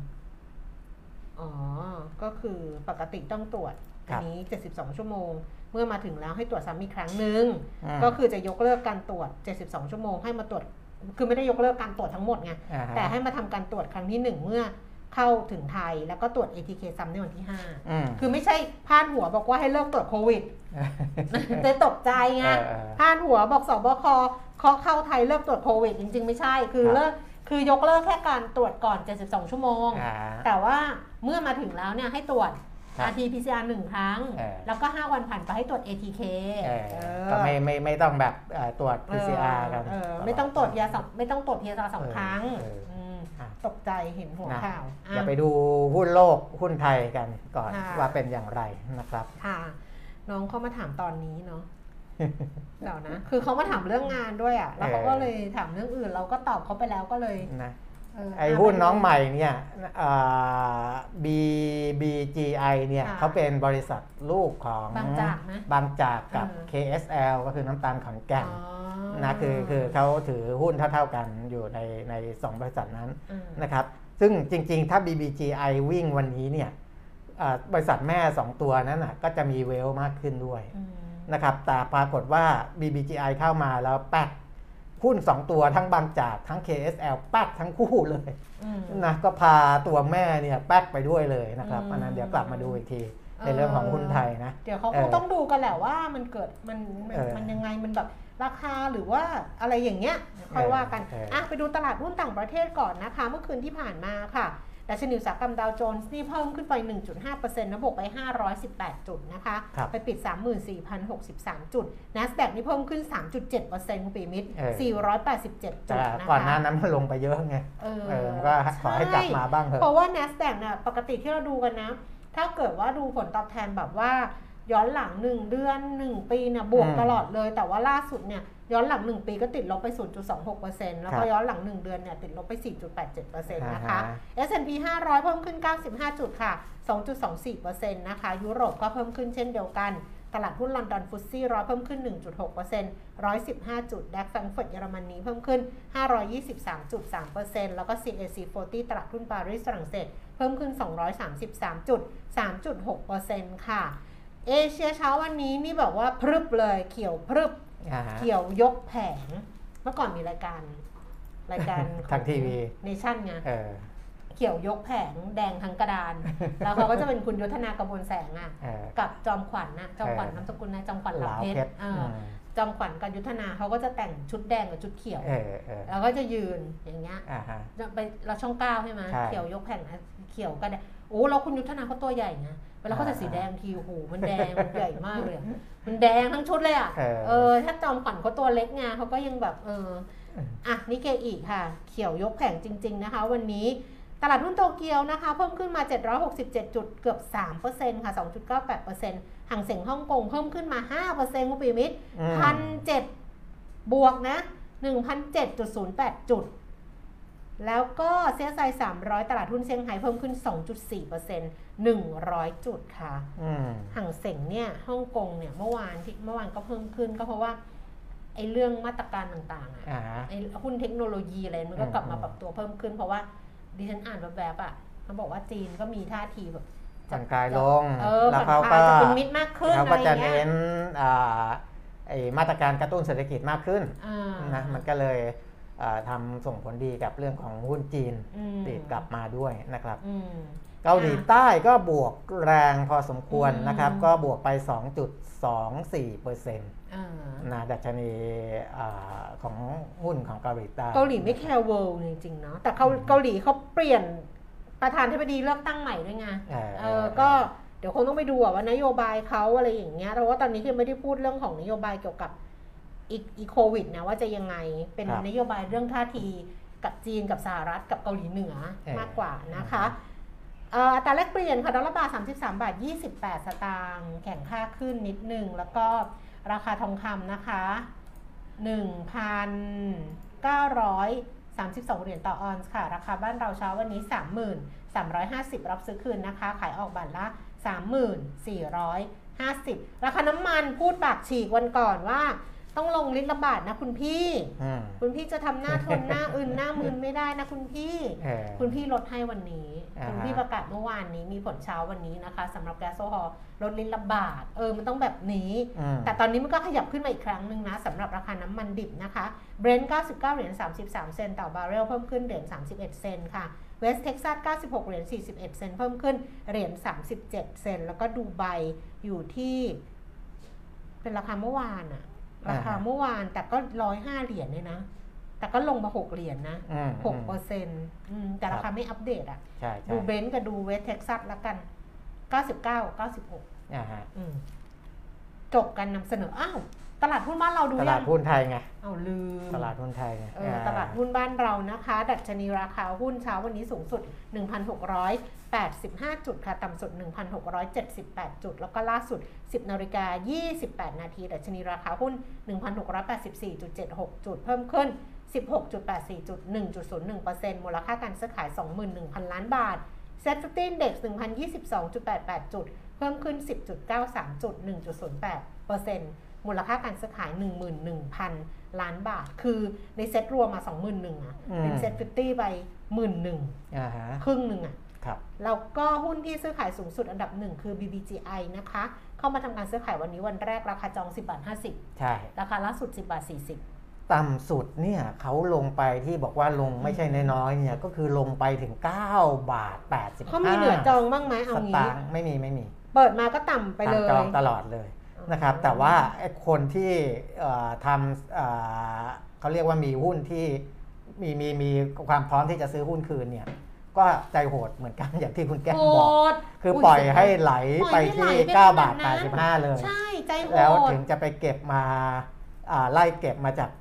ก็คือปกติต้องตรวจอันนี้72ชั่วโมงเมื่อมาถึงแล้วให้ตรวจซ้ำอีกครั้งนึงก็คือจะยกเลิกการตรวจ72ชั่วโมงให้มาตรวจคือไม่ได้ยกเลิกการตรวจทั้งหมดไงแต่ให้มาทำการตรวจครั้งที่1เมื่อเข้าถึงไทยแล้วก็ตรวจ ATK ซ้ำในวันที่5คือไม่ใช่พาดหัวบอกว่าให้เลิกตรวจโควิดจะตกใจไงพาดหัวบอกสบคเข้าไทยเลิกตรวจโควิดจริงๆไม่ใช่คือยกเลิกแค่การตรวจก่อน72ชั่วโมงแต่ว่าเมื่อมาถึงแล้วเนี่ยให้ตรวจ RT-PCR 1 ครั้งแล้วก็5วันผ่านไปให้ตรวจ ATK ก็ไม่ต้องแบบตรวจ PCR กันไม่ต้องตรวจยาไม่ต้องตรวจ PCR 2 ครั้งตกใจเห็นหัวข่าวอย่าไปดูหุ้นโลกหุ้นไทยกันก่อนว่าเป็นอย่างไรนะครับค่ะน้องเขามาถามตอนนี้เนาะเดี๋ยวนะคือเขามาถามเรื่องงานด้วยอ่ะแล้วเขาก็เลยถามเรื่องอื่นเราก็ตอบเขาไปแล้วก็เลยนะไอ้หุ้นน้องใหม่เนี่ยBBGI เนี่ยเขาเป็นบริษัทลูกของบางจากกับ KSL ก็คือน้ำตาลขอนแก่นนะคือเขาถือหุ้นเท่าๆกันอยู่ใน2บริษัทนั้นนะครับซึ่งจริงๆถ้า BBGI วิ่งวันนี้เนี่ยบริษัทแม่2ตัวนั้นก็จะมีเวลมากขึ้นด้วยนะครับแต่ปรากฏว่า BBGI เข้ามาแล้วแป๊กหุ้น2ตัวทั้งบางจากทั้ง KSL แป๊กทั้งคู่เลยนะก็พาตัวแม่เนี่ยแป๊กไปด้วยเลยนะครับอันนั้นเดี๋ยวกลับมาดูอีกทีในเรื่องของหุ้นไทยนะเดี๋ยวเขาคงต้องดูกันแหละว่ามันเกิดมันยังไงมันแบบราคาหรือว่าอะไรอย่างเงี้ยค่อยว่ากันไปดูตลาดหุ้นต่างประเทศก่อนนะคะเมื่อคืนที่ผ่านมาค่ะดัชนีอุตสาหกรรมดาวโจนส์นี่เพิ่มขึ้นไป 1.5% นะบวกไป518จุดนะคะไปปิด 34,063 จุด NASDAQ นี่เพิ่มขึ้น 3.7% คุณปีมิตร487 จุดนะคะก่อนหน้านั้นมันลงไปเยอะไงก็ขอให้กลับมาบ้างเถอะเพราะว่า NASDAQ เนี่ยปกติที่เราดูกันนะถ้าเกิดว่าดูผลตอบแทนแบบว่าย้อนหลัง1เดือน1ปีเนี่ยบวกตลอดเลยแต่ว่าล่าสุดเนี่ยย้อนหลัง1ปีก็ติดลบไป 0.26% แล้วก็ย้อนหลัง1เดือนเนี่ยติดลบไป 4.87% นะคะ S&P 500 เพิ่มขึ้น95จุดค่ะ 2.24% นะคะยุโรปก็เพิ่มขึ้นเช่นเดียวกันตลาดหุ้นลอนดอนฟุตซี่100เพิ่มขึ้น 1.6% 115จุดดัคแฟรงก์เฟิร์ตเยอรมนีเพิ่มขึ้น 523.3% แล้วก็ CAC 40ตลาดหุ้นปารีสฝรั่งเศสเพิ่มขึ้น 233.3.6% ค่ะเอเชียเช้าวันนี้นี่แบบว่าพรึบเลยเขียวพรึบเขียวยกแผงเมื่อก่อนมีรายการทางทีวีเนชั่นไงเขียวยกแผงแดงทั้งกระดานแล้วเขาก็จะเป็นคุณยุทธนากมลแสงกับจอมขวัญจอมขวัญนามสกุลนะจอมขวัญหลาเพชรจอมขวัญกับยุทธนาเขาก็จะแต่งชุดแดงกับชุดเขียวแล้วก็จะยืนอย่างเงี้ยไปเราช่อง9ใช่ไหมเขียวยกแผงเขียวก็ได้โอ้แล้วคุณยุทธนาเขาตัวใหญ่นะเวลาเขาจะสีแดงทีโอ้โหมันแดงมันใหญ่มากเลยมันแดงทั้งชุดเลยถ้าจอมขวัญเขาตัวเล็กไงเขาก็ยังแบบนิเกอิค่ะเขียวยกแผงจริงๆนะคะวันนี้ตลาดหุ้นโตเกียวนะคะเพิ่มขึ้นมา767จุดเกือบ 3% ค่ะ 2.98% ห่างเส็งฮ่องกงเพิ่มขึ้นมา 5% คุณปีมิตร 1,700 บวกนะ 1,708 จุดแล้วก็เซี่ยงไฮ้300ตลาดหุ้นเซี่ยงไฮ้เพิ่มขึ้น 2.4% 100 จุดค่ะห่างเส็งเนี่ยฮ่องกงเนี่ยเมื่อวานก็เพิ่มขึ้นก็เพราะว่าไอ้เรื่องมาตรการต่างๆไอ้หุ้นเทคโนโลยีอะไรมันก็กลับมาปรับตัวเพิ่มขึ้นเพราะว่าดิฉันอ่านแบบเขาบอกว่าจีนก็มีท่าทีแบบผ่อนคลายลงแล้วเขาก็จะเป็นมิตรมากขึ้นเขาก็จะเน้นมาตรการกระตุ้นเศรษฐกิจมากขึ้นนะมันก็เลยทำส่งผลดีกับเรื่องของหุ้นจีนติดกลับมาด้วยนะครับเกาหลีใต้ก็บวกแรงพอสมควรนะครับก็บวกไป 2.24% นะดัชนีของหุ้นของเกาหลีใต้เกาหลีไม่แคร์เวิลด์จริงๆเนาะแต่เกาหลีเขาเปลี่ยนประธานาธิบดีเลือกตั้งใหม่ด้วยไงก็เดี๋ยวคงต้องไปดูว่านโยบายเขาอะไรอย่างเงี้ยเพราะว่าตอนนี้ยังไม่ได้พูดเรื่องของนโยบายเกี่ยวกับอีโควิดนะว่าจะยังไงเป็นนโยบายเรื่องท่าทีกับจีนกับสหรัฐกับเกาหลีเหนือมากกว่านะคะอัตราแลกเปลี่ยนค่ะดอลลาร์บาท33.28 สตางค์แข็งค่าขึ้นนิดนึงแล้วก็ราคาทองคำนะคะ 1,932 เหรียญต่อออนซ์ค่ะราคาบ้านเราเช้าวันนี้ 30,350 รับซื้อคืนนะคะขายออกบาทละ 34,50 ราคาน้ำมันพูดปากฉีกวันก่อนว่าต้องลงลิตรละบาทนะคุณพี่จะทำหน้าทนหน้าอื่นหน้ามึนไม่ได้นะคุณพี่ลดให้วันนี้คุณพี่ประกาศเมื่อวานนี้มีผลเช้าวันนี้นะคะสำหรับแก๊สโซฮอล์ลดลิตรละบาทมันต้องแบบนี้แต่ตอนนี้มันก็ขยับขึ้นมาอีกครั้งนึงนะสำหรับราคาน้ำมันดิบนะคะเบรนท์99เหรียญ33 เซนต์ต่อบาร์เรลเพิ่มขึ้นเหรียญ31 เซนต์ค่ะเวสต์เท็กซัส96เหรียญ41 เซนต์เพิ่มขึ้นเหรียญ37 เซนต์แล้วก็ดูไบอยู่ที่เป็นราคาเมื่อวานอะราคาเมื่อวานแต่ก็105เหรียญเนี่ยนะแต่ก็ลงมา6เหรียญนะ 6% แต่ราคาไม่อัปเดตอ่ะดูเบนซ์กับดูเวสต์เท็กซัสละกัน99 96จบกันนำเสนอตลาดหุ้นบ้านเราดูยังตลาดหุ้นไทยไงเอาลืมตลาดหุ้นไทยตลาดหุ้นบ้านเรานะคะดัชนีราคาหุ้นเช้าวันนี้สูงสุด 1,685 จุดค่ะต่ำสุด 1,678 จุดแล้วก็ล่าสุด 10:28 นาทีดัชนีราคาหุ้น 1,684.76 จุดเพิ่มขึ้น 16.84 จุด 1.01% มูลค่าการซื้อขาย 21,000 ล้านบาทเซ็ตฟิฟตี้อินเด็กซ์ 1,022.88 จุดเพิ่มขึ้น 10.93 จุด 1.08%มูลค่าการซื้อขาย 11,000 ล้านบาทคือในเซ็ตรวมมา 21,000 อ่ะเป็นเซ็ตฟิฟตี้ไป 11,000 ครึ่งหนึ่งอ่ะแล้วก็หุ้นที่ซื้อขายสูงสุดอันดับ1คือ BBGI นะคะเข้ามาทำการซื้อขายวันนี้วันแรกราคาจอง 10.50 ใช่ราคาล่าสุด 10.40 ต่ำสุดเนี่ยเขาลงไปที่บอกว่าลงไม่ใช่น้อยๆเนี่ยก็คือลงไปถึง9.85 เขามีเหลือจองบ้างไหมเอางี้ไม่มีเปิดมาก็ต่ำไปเลยจองตลอดเลยนะครับแต่ว่าคนที่ทำเขาเรียกว่ามีหุ้นที่มีความพร้อมที่จะซื้อหุ้นคืนเนี่ยก็ใจโหดเหมือนกันอย่างที่คุณแก้มบอกคือปล่อยให้ไหลไปที่9.85 เลยใช่ใจโหดแล้วถึงจะไปเก็บมาไล่เก็บมาจาก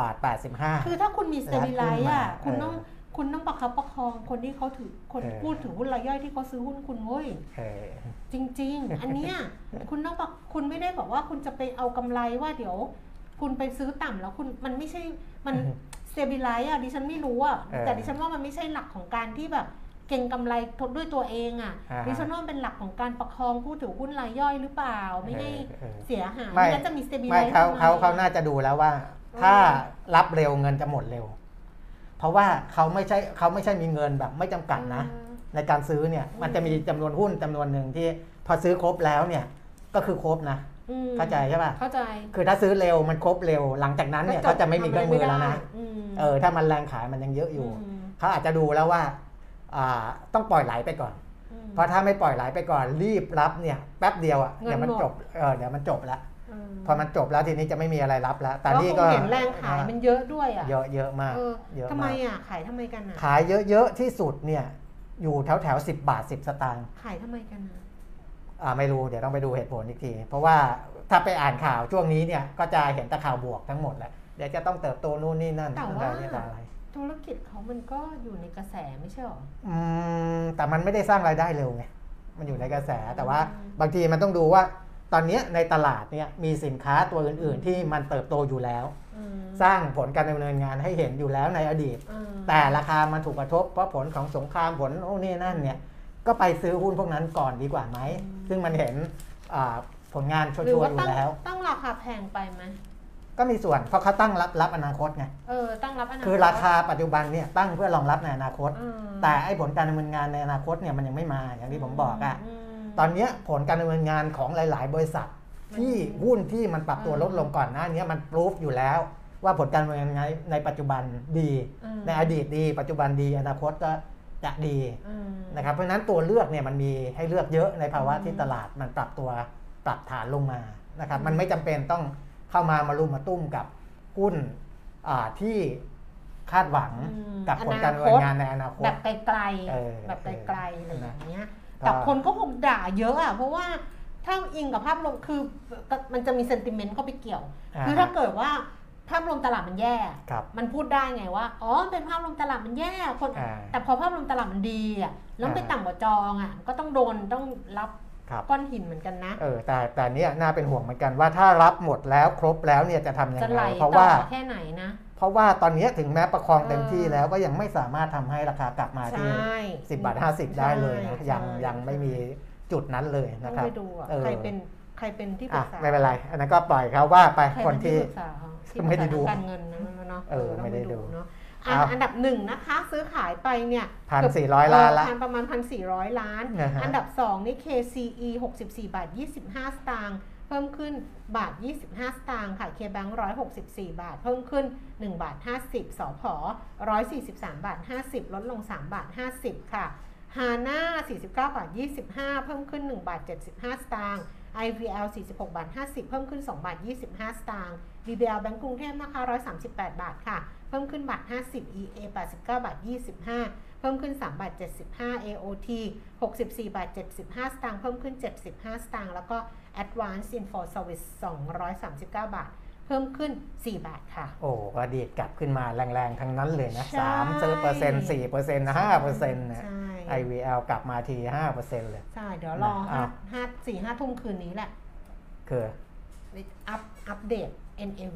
9.85 คือถ้าคุณมีสเตบิไลซ์อ่ะคุณต้องประคับประคองคนที่เขาถือคนพูดถึงหุ้นรายย่อยที่เขาซื้อหุ้นคุณเว้ยจริงๆอันเนี้ยคุณไม่ได้บอกว่าคุณจะไปเอากำไรว่าเดี๋ยวคุณไปซื้อต่ำแล้วคุณมันไม่ใช่มันสเตบิไลซ์อ่ะดิฉันไม่รู้อ่ะแต่ดิฉันว่ามันไม่ใช่หลักของการที่แบบเก็งกำไรด้วยตัวเองอ่ะดิฉันว่าเป็นหลักของการประคองผู้ถือหุ้นรายย่อยหรือเปล่าไม่ให้เสียหายไม่งั้นจะมีสเตบิไลซ์เขาน่าจะดูแล้วว่าถ้ารับเร็วเงินจะหมดเร็วเพราะว่าเขาไม่ใช่มีเงินแบบไม่จำกัดนะในการซื้อเนี่ยมันจะมีจำนวนหุ้นจำนวนหนึ่งที่พอซื้อครบแล้วเนี่ยก็คือครบนะเข้าใจใช่ป่ะเข้าใจคือถ้าซื้อเร็วมันครบเร็วหลังจากนั้นเนี่ยเขาจะไม่มีเครื่องมือแล้วนะถ้ามันแรงขายมันยังเยอะอยู่เขาอาจจะดูแล้วว่าต้องปล่อยไหลไปก่อนเพราะถ้าไม่ปล่อยไหลไปก่อนรีบรับเนี่ยแป๊บเดียวอ่ะเดี๋ยวมันจบแล้วพอมันจบแล้วทีนี้จะไม่มีอะไรรับแล้วแต่นี่ก็เห็นแรงขายมันเยอะด้วยอ่ะเยอะมากทำไมอ่ะขายทำไมกันอ่ะขายเยอะๆที่สุดเนี่ยอยู่แถว10 บาท 10 สตางค์ขายทำไมกันไม่รู้เดี๋ยวต้องไปดูเหตุผลอีกทีเพราะว่าถ้าไปอ่านข่าวช่วงนี้เนี่ยก็จะเห็นแต่ข่าวบวกทั้งหมดแหละเดี๋ยวจะต้องเติบโตนู่นนี่นั่นแต่ว่าธุรกิจเขามันก็อยู่ในกระแสไม่ใช่หรอแต่มันไม่ได้สร้างรายได้เร็วไงมันอยู่ในกระแสแต่ว่าบางทีมันต้องดูว่าตอนนี้ในตลาดเนี่ยมีสินค้าตัวอื่นๆที่มันเติบโตอยู่แล้วสร้างผลการดำเนินงานให้เห็นอยู่แล้วในอดีตแต่ราคามันถูกกระทบเพราะผลของสงครามผลโน่นนี่นั่นเนี่ยก็ไปซื้อหุ้นพวกนั้นก่อนดีกว่าไหมซึ่งมันเห็นผลงานชัวร์อยู่แล้วตั้งราคาแพงไปไหมก็มีส่วนเพราะเขาตั้งรับอนาคตไงตั้งรับอนาคตคือราคาปัจจุบันเนี่ยตั้งเพื่อรองรับในอนาคตแต่ไอ้ผลการดำเนินงานในอนาคตเนี่ยมันยังไม่มาอย่างที่ผมบอกอะตอนนี้ผลการดำเนินงานของหลายๆบริษัทที่หุ้นที่มันปรับตัวลดลงก่อนหน้านี้มันพรูฟอยู่แล้วว่าผลการดำเนินงานในปัจจุบันดีในอดีตดีปัจจุบันดีอนาคตก็จะดีนะครับเพราะฉะนั้นตัวเลือกเนี่ยมันมีให้เลือกเยอะในภาวะที่ตลาดมันปรับฐานลงมานะครับมันไม่จำเป็นต้องเข้ามารุมมาตุ้มกับหุ้นที่คาดหวังกับผลการดำเนินงานในอนาคตแบบไกลๆแบบไกลๆอะไรอย่างเงี้ยแต่คนก็คงด่าเยอะอ่ะเพราะว่าถ้าอิงกับภาพรวมคือมันจะมีเซนติเมนต์เข้าไปเกี่ยวคือถ้าเกิดว่าภาพรวมตลาดมันแย่มันพูดได้ไงว่าเป็นภาพรวมตลาดมันแย่คนแต่พอภาพรวมตลาดมันดีอ่ะแล้วไปต่ำกว่าจองอ่ะก็ต้องรับก้อนหินเหมือนกันนะแต่เนี้ยน่าเป็นห่วงเหมือนกันว่าถ้ารับหมดแล้วครบแล้วเนี่ยจะทำยังไงเพราะว่าแค่ไหนนะเพราะว่าตอนนี้ถึงแม้ประคองเต็มที่แล้วก็ยังไม่สามารถทำให้ราคากลับมาที่10.50 ได้เลยนะยังไม่มีจุดนั้นเลยนะครับใครเป็นที่ปรึกษาไม่เป็นไรอันนั้นก็ปล่อยเขาว่าไปคนที่ไม่ได้ดูการเงินนะเนาะไม่ได้ดูเนาะอันดับ1นะคะซื้อขายไปเนี่ย 1,400 ล้านละประมาณ 1,400 ล้านอันดับ2นี่ KCE 64.25 สตางค์เพิ่มขึ้น1.25 สตางค์ค่ะ KBank 164 บาทเพิ่มขึ้น1.50 สผ143.50 ลดลง3.50 ค่ะฮาน่า 49.25 เพิ่มขึ้น1.75 สตางค์ IVL 46.50 เพิ่มขึ้น2.25 สตางค์ BBL แบงก์กรุงเทพนะคะ138 บาทค่ะเพิ่มขึ้น1.50 EA 89.25 เพิ่มขึ้น3.75 AOT 64.75 สตางค์เพิ่มขึ้น75 สตางค์แล้วก็ Advanced Info Service 239 บาทเพิ่มขึ้น4 บาทค่ะโอ้ก็ดีดกลับขึ้นมาแรงๆทั้งนั้นเลยนะ3% 4% 5%นะ IVL กลับมาที 5% เลยใช่เดี๋ยวรอ4-5 ทุ่มคืนนี้แหละคืออัปเดต NAV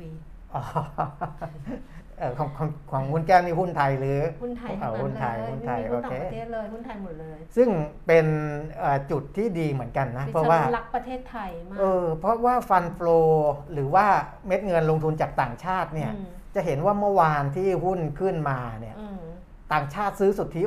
ของหุ้นแก้วนี่หุ้นไทยหรือหุ้นไทยหุ้นไทยโอเคหุ้นต่างประเทศเลยหุ้นไทยหมดเลยซึ่งเป็นจุดที่ดีเหมือนกันนะเพราะว่ารักประเทศไทยมากเพราะว่าฟันโฟลหรือว่าเม็ดเงินลงทุนจากต่างชาติเนี่ยจะเห็นว่าเมื่อวานที่หุ้นขึ้นมาเนี่ยต่างชาติซื้อสุทธิ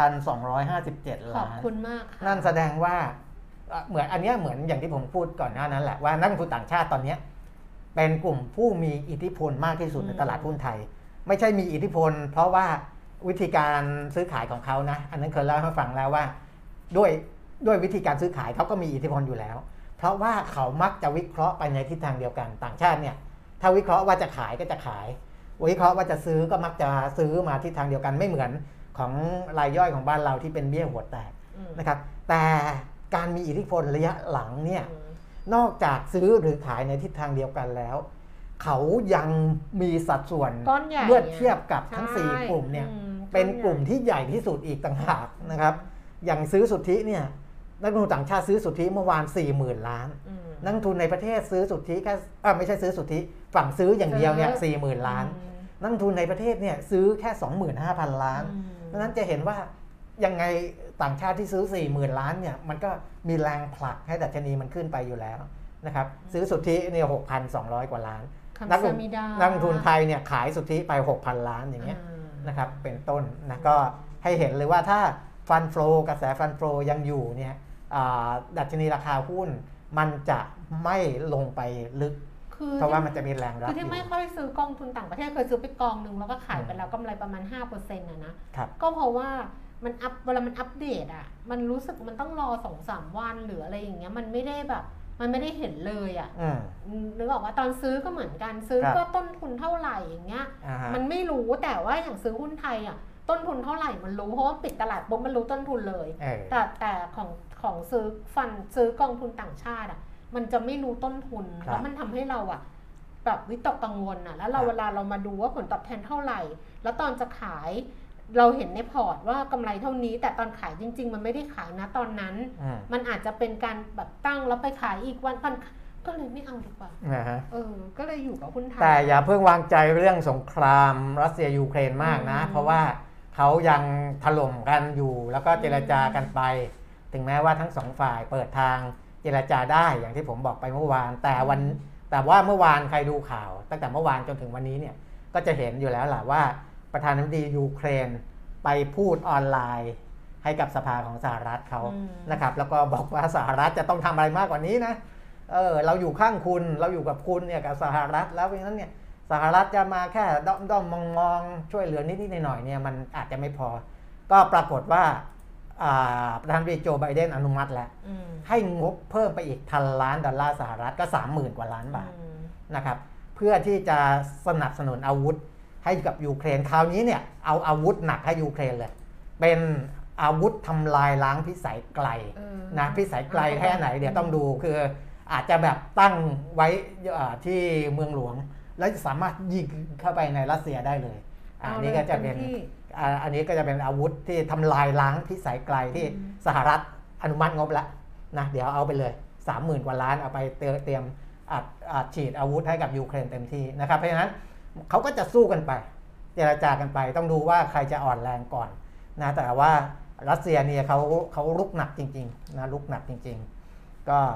6,257 ล้านขอบคุณมากนั่นแสดงว่าเหมือนอันนี้เหมือนอย่างที่ผมพูดก่อนหน้านั้นแหละว่านักลงทุนต่างชาติตอนนี้เป็นกลุ่มผู้มีอิทธิพลมากที่สุดในตลาดหุ้นไทยไม่ใช่มีอิทธิพลเพราะว่าวิธีการซื้อขายของเขานะอันนั้นเคยเล่าให้ฟังแล้วว่าด้วยวิธีการซื้อขายเขาก็มีอิทธิพลอยู่แล้วเพราะว่าเขามักจะวิเคราะห์ไปในทิศทางเดียวกันต่างชาติเนี่ยถ้าวิเคราะห์ว่าจะขายก็จะขายวิเคราะห์ว่าจะซื้อก็มักจะซื้อมาทิศทางเดียวกันไม่เหมือนของรายย่อยของบ้านเราที่เป็นเบี้ยหัวแตกนะครับแต่การมีอิทธิพลระยะหลังเนี่ยนอกจากซื้อหรือขายในทิศทางเดียวกันแล้วเขายังมีสัดส่วนเมื่อเทียบกับทั้ง4กลุ่มเนี่ยเป็นกลุ่มที่ใหญ่ที่สุดอีกต่างหากนะครับอย่างซื้อสุทธิเนี่ยนักลงทุนต่างชาติซื้อสุทธิเมื่อวาน 40,000 ล้านนักลงทุนในประเทศซื้อสุทธิแค่ไม่ใช่ซื้อสุทธิฝั่งซื้ออย่างเดียวเนี่ย 40,000 ล้านนักลงทุนในประเทศเนี่ยซื้อแค่ 25,000 ล้านเพราะฉะนั้นจะเห็นว่ายังไงต่างชาติที่ซื้อ 40,000 ล้านเนี่ยมันก็มีแรงผลักให้ดัชนีมันขึ้นไปอยู่แล้วนะครับซื้อสุทธิเนี่ย 6,200 กว่าล้านนักลงทุนไทยเนี่ยขายสุทธิไป 6,000 ล้านอย่างเงี้ยนะครับเป็นต้นนะก็ให้เห็นเลยว่าถ้าฟันโฟลกระแสฟันโฟลยังอยู่เนี่ยดัชนีราคาหุ้นมันจะไม่ลงไปลึกเพราะว่ามันจะมีแรงรับคือที่ไม่ค่อยซื้อกองทุนต่างประเทศเคยซื้อไปกองนึงแล้วก็ขายไปแล้วกำไรประมาณ 5% นะก็เพราะว่ามันเวลามันอัปเดตอ่ะมันรู้สึกมันต้องรอ 2-3 วันหรืออะไรอย่างเงี้ยมันไม่ได้แบบมันไม่ได้เห็นเลยอ่ะนึกออกว่าตอนซื้อก็เหมือนกันซื้อก็ต้นทุนเท่าไหร่อย่างเงี้ยมันไม่รู้แต่ว่าอย่างซื้อหุ้นไทยอ่ะต้นทุนเท่าไหร่มันรู้เพราะว่าปิดตลาดปุ๊บมันรู้ต้นทุนเลยแต่ของซื้อกองทุนต่างชาติอ่ะมันจะไม่รู้ต้นทุนแล้วมันทำให้เราอ่ะแบบวิตกกังวลอ่ะแล้วเวลาเรามาดูว่าผลตอบแทนเท่าไหร่แล้วตอนจะขายเราเห็นในพอร์ตว่ากำไรเท่านี้แต่ตอนขายจริงๆมันไม่ได้ขายนะตอนนั้นมันอาจจะเป็นการแบบตั้งแล้วไปขายอีกวันก็เลยไม่เอาดีกว่าก็เลยอยู่กับหุ้นไทยแต่อย่าเพิ่งวางใจเรื่องสงครามรัสเซียยูเครนมากนะเพราะว่าเขายังถล่มกันอยู่แล้วก็เจรจากันไปถึงแม้ว่าทั้งสองฝ่ายเปิดทางเจรจาได้อย่างที่ผมบอกไปเมื่อวานแต่ว่าเมื่อวานใครดูข่าวตั้งแต่เมื่อวานจนถึงวันนี้เนี่ยก็จะเห็นอยู่แล้วแหละว่าประธานาธิบดียูเครนไปพูดออนไลน์ให้กับสภาของสหรัฐเขานะครับแล้วก็บอกว่าสหรัฐจะต้องทำอะไรมากกว่านี้นะเราอยู่ข้างคุณเราอยู่กับคุณเนี่ยกับสหรัฐแล้วเพราะฉะนั้นเนี่ยสหรัฐจะมาแค่ด้อมมองช่วยเหลือนิดๆหน่อยๆเนี่ยมันอาจจะไม่พอก็ปรากฏว่าประธานาธิบดีโจไบเดนอนุมัติแล้วให้งบเพิ่มไปอีก$1,000,000,000 สหรัฐก็ 30,000 กว่าล้านบาทนะครับเพื่อที่จะสนับสนุนอาวุธให้กับยูเครนคราวนี้เนี่ยเอาอาวุธหนักให้ยูเครนเลยเป็นอาวุธทำลายล้างพิสัยไกลนะพิสัยไกลแค่ไหนเดี๋ยวต้องดูคืออาจจะแบบตั้งไว้ที่เมืองหลวงแล้วสามารถยิงเข้าไปในรัสเซียได้เลยอันนี้ก็จะเป็นอาวุธที่ทำลายล้างพิสัยไกลที่สหรัฐอนุมัติงบแล้วนะเดี๋ยวเอาไปเลย 30,000 กว่าล้านเอาไปเตรียมฉีดอาวุธให้กับยูเครนเต็มที่นะครับเพราะฉะนั้นเขาก็จะสู้กันไปเจรจากันไปต้องดูว่าใครจะอ่อนแรงก่อนนะแต่ว่ารัสเซียเนี่ยเขาลุกหนักจริงๆนะลุกหนักจริงๆก็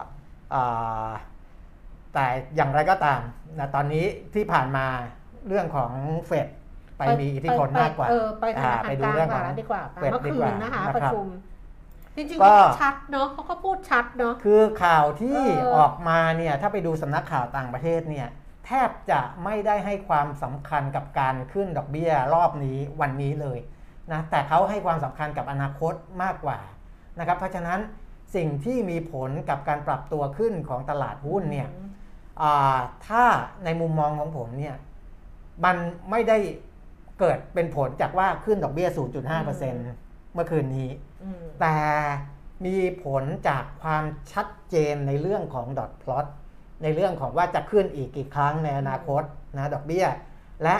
แต่อย่างไรก็ตามนะตอนนี้ที่ผ่านมาเรื่องของเฟดไปมีอิทธิพลมากกว่าไปดูเรื่องของดีกว่าเมื่อคืนนะคะประชุมจริงๆก็ชัดเนาะเขาก็พูดชัดเนาะคือข่าวที่ออกมาเนี่ยถ้าไปดูสำนักข่าวต่างประเทศเนี่ยแทบจะไม่ได้ให้ความสำคัญกับการขึ้นดอกเบี้ยรอบนี้วันนี้เลยนะแต่เขาให้ความสำคัญกับอนาคตมากกว่านะครับเพราะฉะนั้นสิ่งที่มีผลกับการปรับตัวขึ้นของตลาดหุ้นเนี่ยถ้าในมุมมองของผมเนี่ยมันไม่ได้เกิดเป็นผลจากว่าขึ้นดอกเบี้ย 0.5% เมื่อคืนนี้แต่มีผลจากความชัดเจนในเรื่องของดอทพลอตในเรื่องของว่าจะขึ้นอีกกี่ครั้งในอนาคตนะดอกเบี้ยและ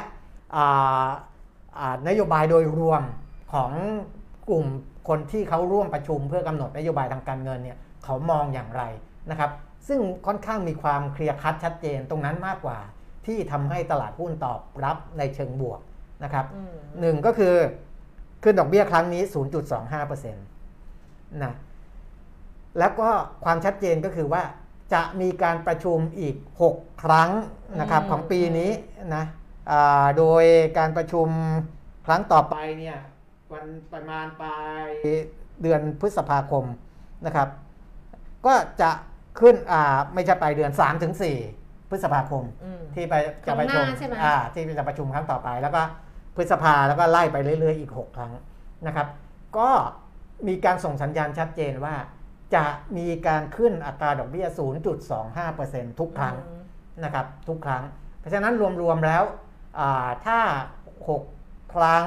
นโยบายโดยรวมของกลุ่มคนที่เขาร่วมประชุมเพื่อกำหนดนโยบายทางการเงินเนี่ยเขามองอย่างไรนะครับซึ่งค่อนข้างมีความเคลียร์คัดชัดเจนตรงนั้นมากกว่าที่ทำให้ตลาดหุ้นตอบรับในเชิงบวกนะครับหนึ่งก็คือขึ้นดอกเบี้ยครั้งนี้ 0.25% นะแล้วก็ความชัดเจนก็คือว่าจะมีการประชุมอีก6ครั้งนะครับของปีนี้นะโดยการประชุมครั้งต่อไปเนี่ยวันประมาณปลายเดือนพฤษภาคมนะครับก็จะขึ้นไม่ใช่ปลายเดือน 3-4 พฤษภาคมที่จะประชุมที่จะประชุมครั้งต่อไปแล้วก็พฤษภาแล้วก็ไล่ไปเรื่อยๆอีก6ครั้งนะครับก็มีการส่งสัญญาณชัดเจนว่าจะมีการขึ้นอัตราดอกเบี้ย 0.25% ทุกครั้งนะครับทุกครั้งเพราะฉะนั้นรวมๆแล้วถ้า6ครั้ง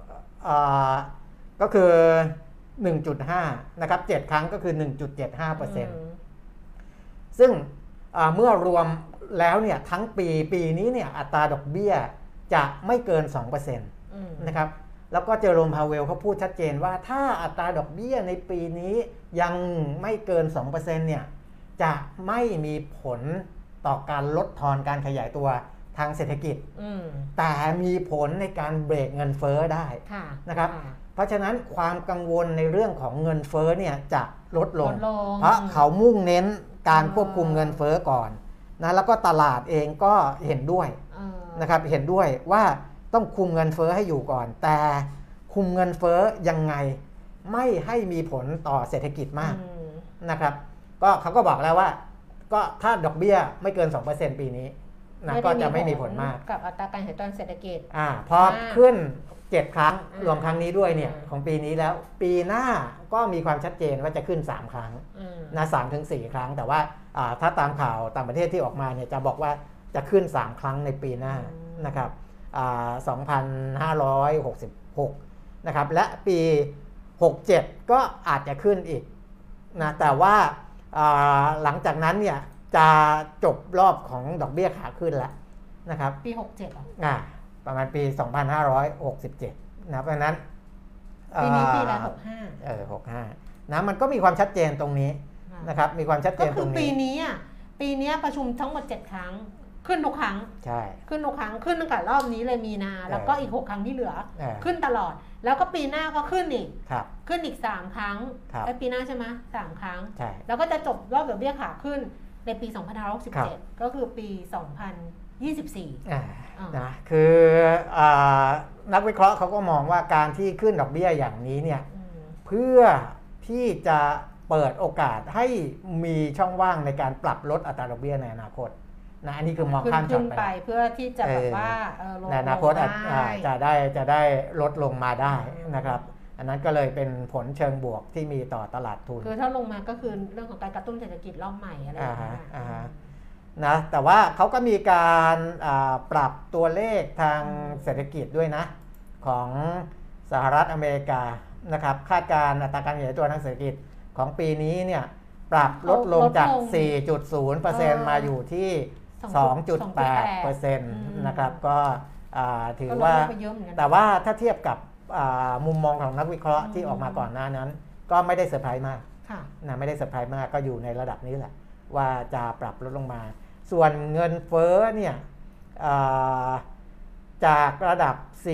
ก็คือ 1.5 นะครับ7ครั้งก็คือ 1.75% ซึ่งเมื่อรวมแล้วเนี่ยทั้งปีนี้เนี่ยอัตราดอกเบี้ยจะไม่เกิน 2% นะครับแล้วก็เจอโรม พาเวลเขาพูดชัดเจนว่าถ้าอัตราดอกเบี้ยในปีนี้ยังไม่เกิน 2% เนี่ยจะไม่มีผลต่อการลดทอนการขยายตัวทางเศรษฐกิจแต่มีผลในการเบรกเงินเฟ้อได้นะครับเพราะฉะนั้นความกังวลในเรื่องของเงินเฟ้อเนี่ยจะลดลงเพราะเขามุ่งเน้นการควบคุมเงินเฟ้อก่อนนะแล้วก็ตลาดเองก็เห็นด้วยนะครับเห็นด้วยว่าต้องคุมเงินเฟ้อให้อยู่ก่อนแต่คุมเงินเฟ้อยังไงไม่ให้มีผลต่อเศรษฐกิจมากนะครับก็เขาก็บอกแล้วว่าก็ถ้าดอกเบี้ยไม่เกิน 2% ปีนี้นะก็จะไม่มีผลมากกับอัตราการขยายตัวเศรษฐกิจพอขึ้น7ครั้งรวมครั้งนี้ด้วยเนี่ยของปีนี้แล้วปีหน้าก็มีความชัดเจนว่าจะขึ้น3ครั้งนะ 3-4 ครั้งแต่ว่าถ้าตามข่าวต่างประเทศที่ออกมาเนี่ยจะบอกว่าจะขึ้น3ครั้งในปีหน้านะครับ2,566นะครับและปี67ก็อาจจะขึ้นอีกนะแต่ว่าหลังจากนั้นเนี่ยจะจบรอบของดอกเบี้ยขาขึ้นแล้วนะครับปี67 ประมาณปี 2567นะเพราะฉะนั้นปีนี้ปีละ 65นะมันก็มีความชัดเจนตรงนี้นะครับมีความชัดเจนตรงนี้ก็คือปีนี้ประชุมทั้งหมด7ครั้งขึ้นทุกครั้งใช่ขึ้นทุกครั้งขึ้นตั้งแต่รอบนี้เลยมีนาแล้วก็อีก6ครั้งที่เหลือขึ้นตลอดแล้วก็ปีหน้าก็ขึ้นอีกขึ้นอีก3ครั้งปีหน้าใช่ไหม3ครั้งแล้วก็จะจบรอบดอกเบี้ยขาขึ้นในปี2567ก็คือปี2024 นะคือนักวิเคราะห์เขาก็มองว่าการที่ขึ้นดอกเบี้ยอย่างนี้เนี่ยเพื่อที่จะเปิดโอกาสให้มีช่องว่างในการปรับลดอัตราดอกเบี้ยในอนาคตนะอันนี้คือมองข้ามช็อตไปเพื่อที่จะแบบว่าในอนาคตจะได้ลดลงมาได้นะครับอันนั้นก็เลยเป็นผลเชิงบวกที่มีต่อตลาดทุนคือถ้าลงมาก็คือเรื่องของการกระตุ้นเศรษฐกิจรอบใหม่อะไรอย่างเงี้ยนะแต่ว่าเขาก็มีการปรับตัวเลขทางเศรษฐกิจด้วยนะของสหรัฐอเมริกานะครับคาดการณ์อัตราการขยายตัวทางเศรษฐกิจของปีนี้เนี่ยปรับลดลงจาก 4.0% มาอยู่ที่ 2.8% นะครับก็ถือว่าแต่ว่าถ้าเทียบกับมุมมองของนักวิเคราะห์ที่ออกมาก่อนหน้านั้นก็ไม่ได้เซอร์ไพรส์มากนะไม่ได้เซอร์ไพรส์มากก็อยู่ในระดับนี้แหละว่าจะปรับลดลงมาส่วนเงินเฟ้อเนี่ยจากระดับ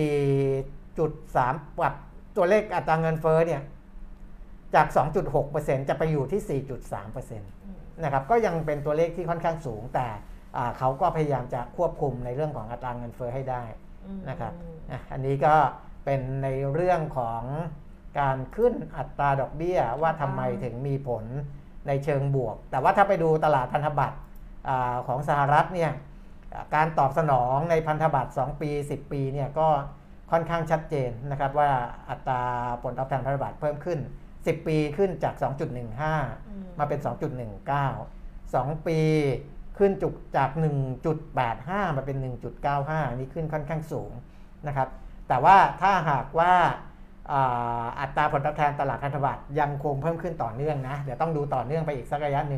4.3 ปรับตัวเลขอัตราเงินเฟ้อเนี่ยจาก 2.6% จะไปอยู่ที่ 4.3% นะครับก็ยังเป็นตัวเลขที่ค่อนข้างสูงแต่เขาก็พยายามจะควบคุมในเรื่องของอัตราเงินเฟ้อให้ได้นะครับอันนี้ก็เป็นในเรื่องของการขึ้นอัตราดอกเบี้ยว่าทำไมถึงมีผลในเชิงบวกแต่ว่าถ้าไปดูตลาดพันธบัตรของสหรัฐเนี่ยการตอบสนองในพันธบัตร2ปี10ปีเนี่ยก็ค่อนข้างชัดเจนนะครับว่าอัตราผลตอบแทนพันธบัตรเพิ่มขึ้น10ปีขึ้นจาก 2.15 มาเป็น 2.19 2ปีขึ้นจุกจาก 1.85 มาเป็น 1.95 นี่ขึ้นค่อนข้างสูงนะครับแต่ว่าถ้าหากว่าอัตราผลตอบแทนตลาดพันธบัตรยังคงเพิ่มขึ้นต่อเนื่องนะเดี๋ยวต้องดูต่อเนื่องไปอีกสักระยะหนึ่ง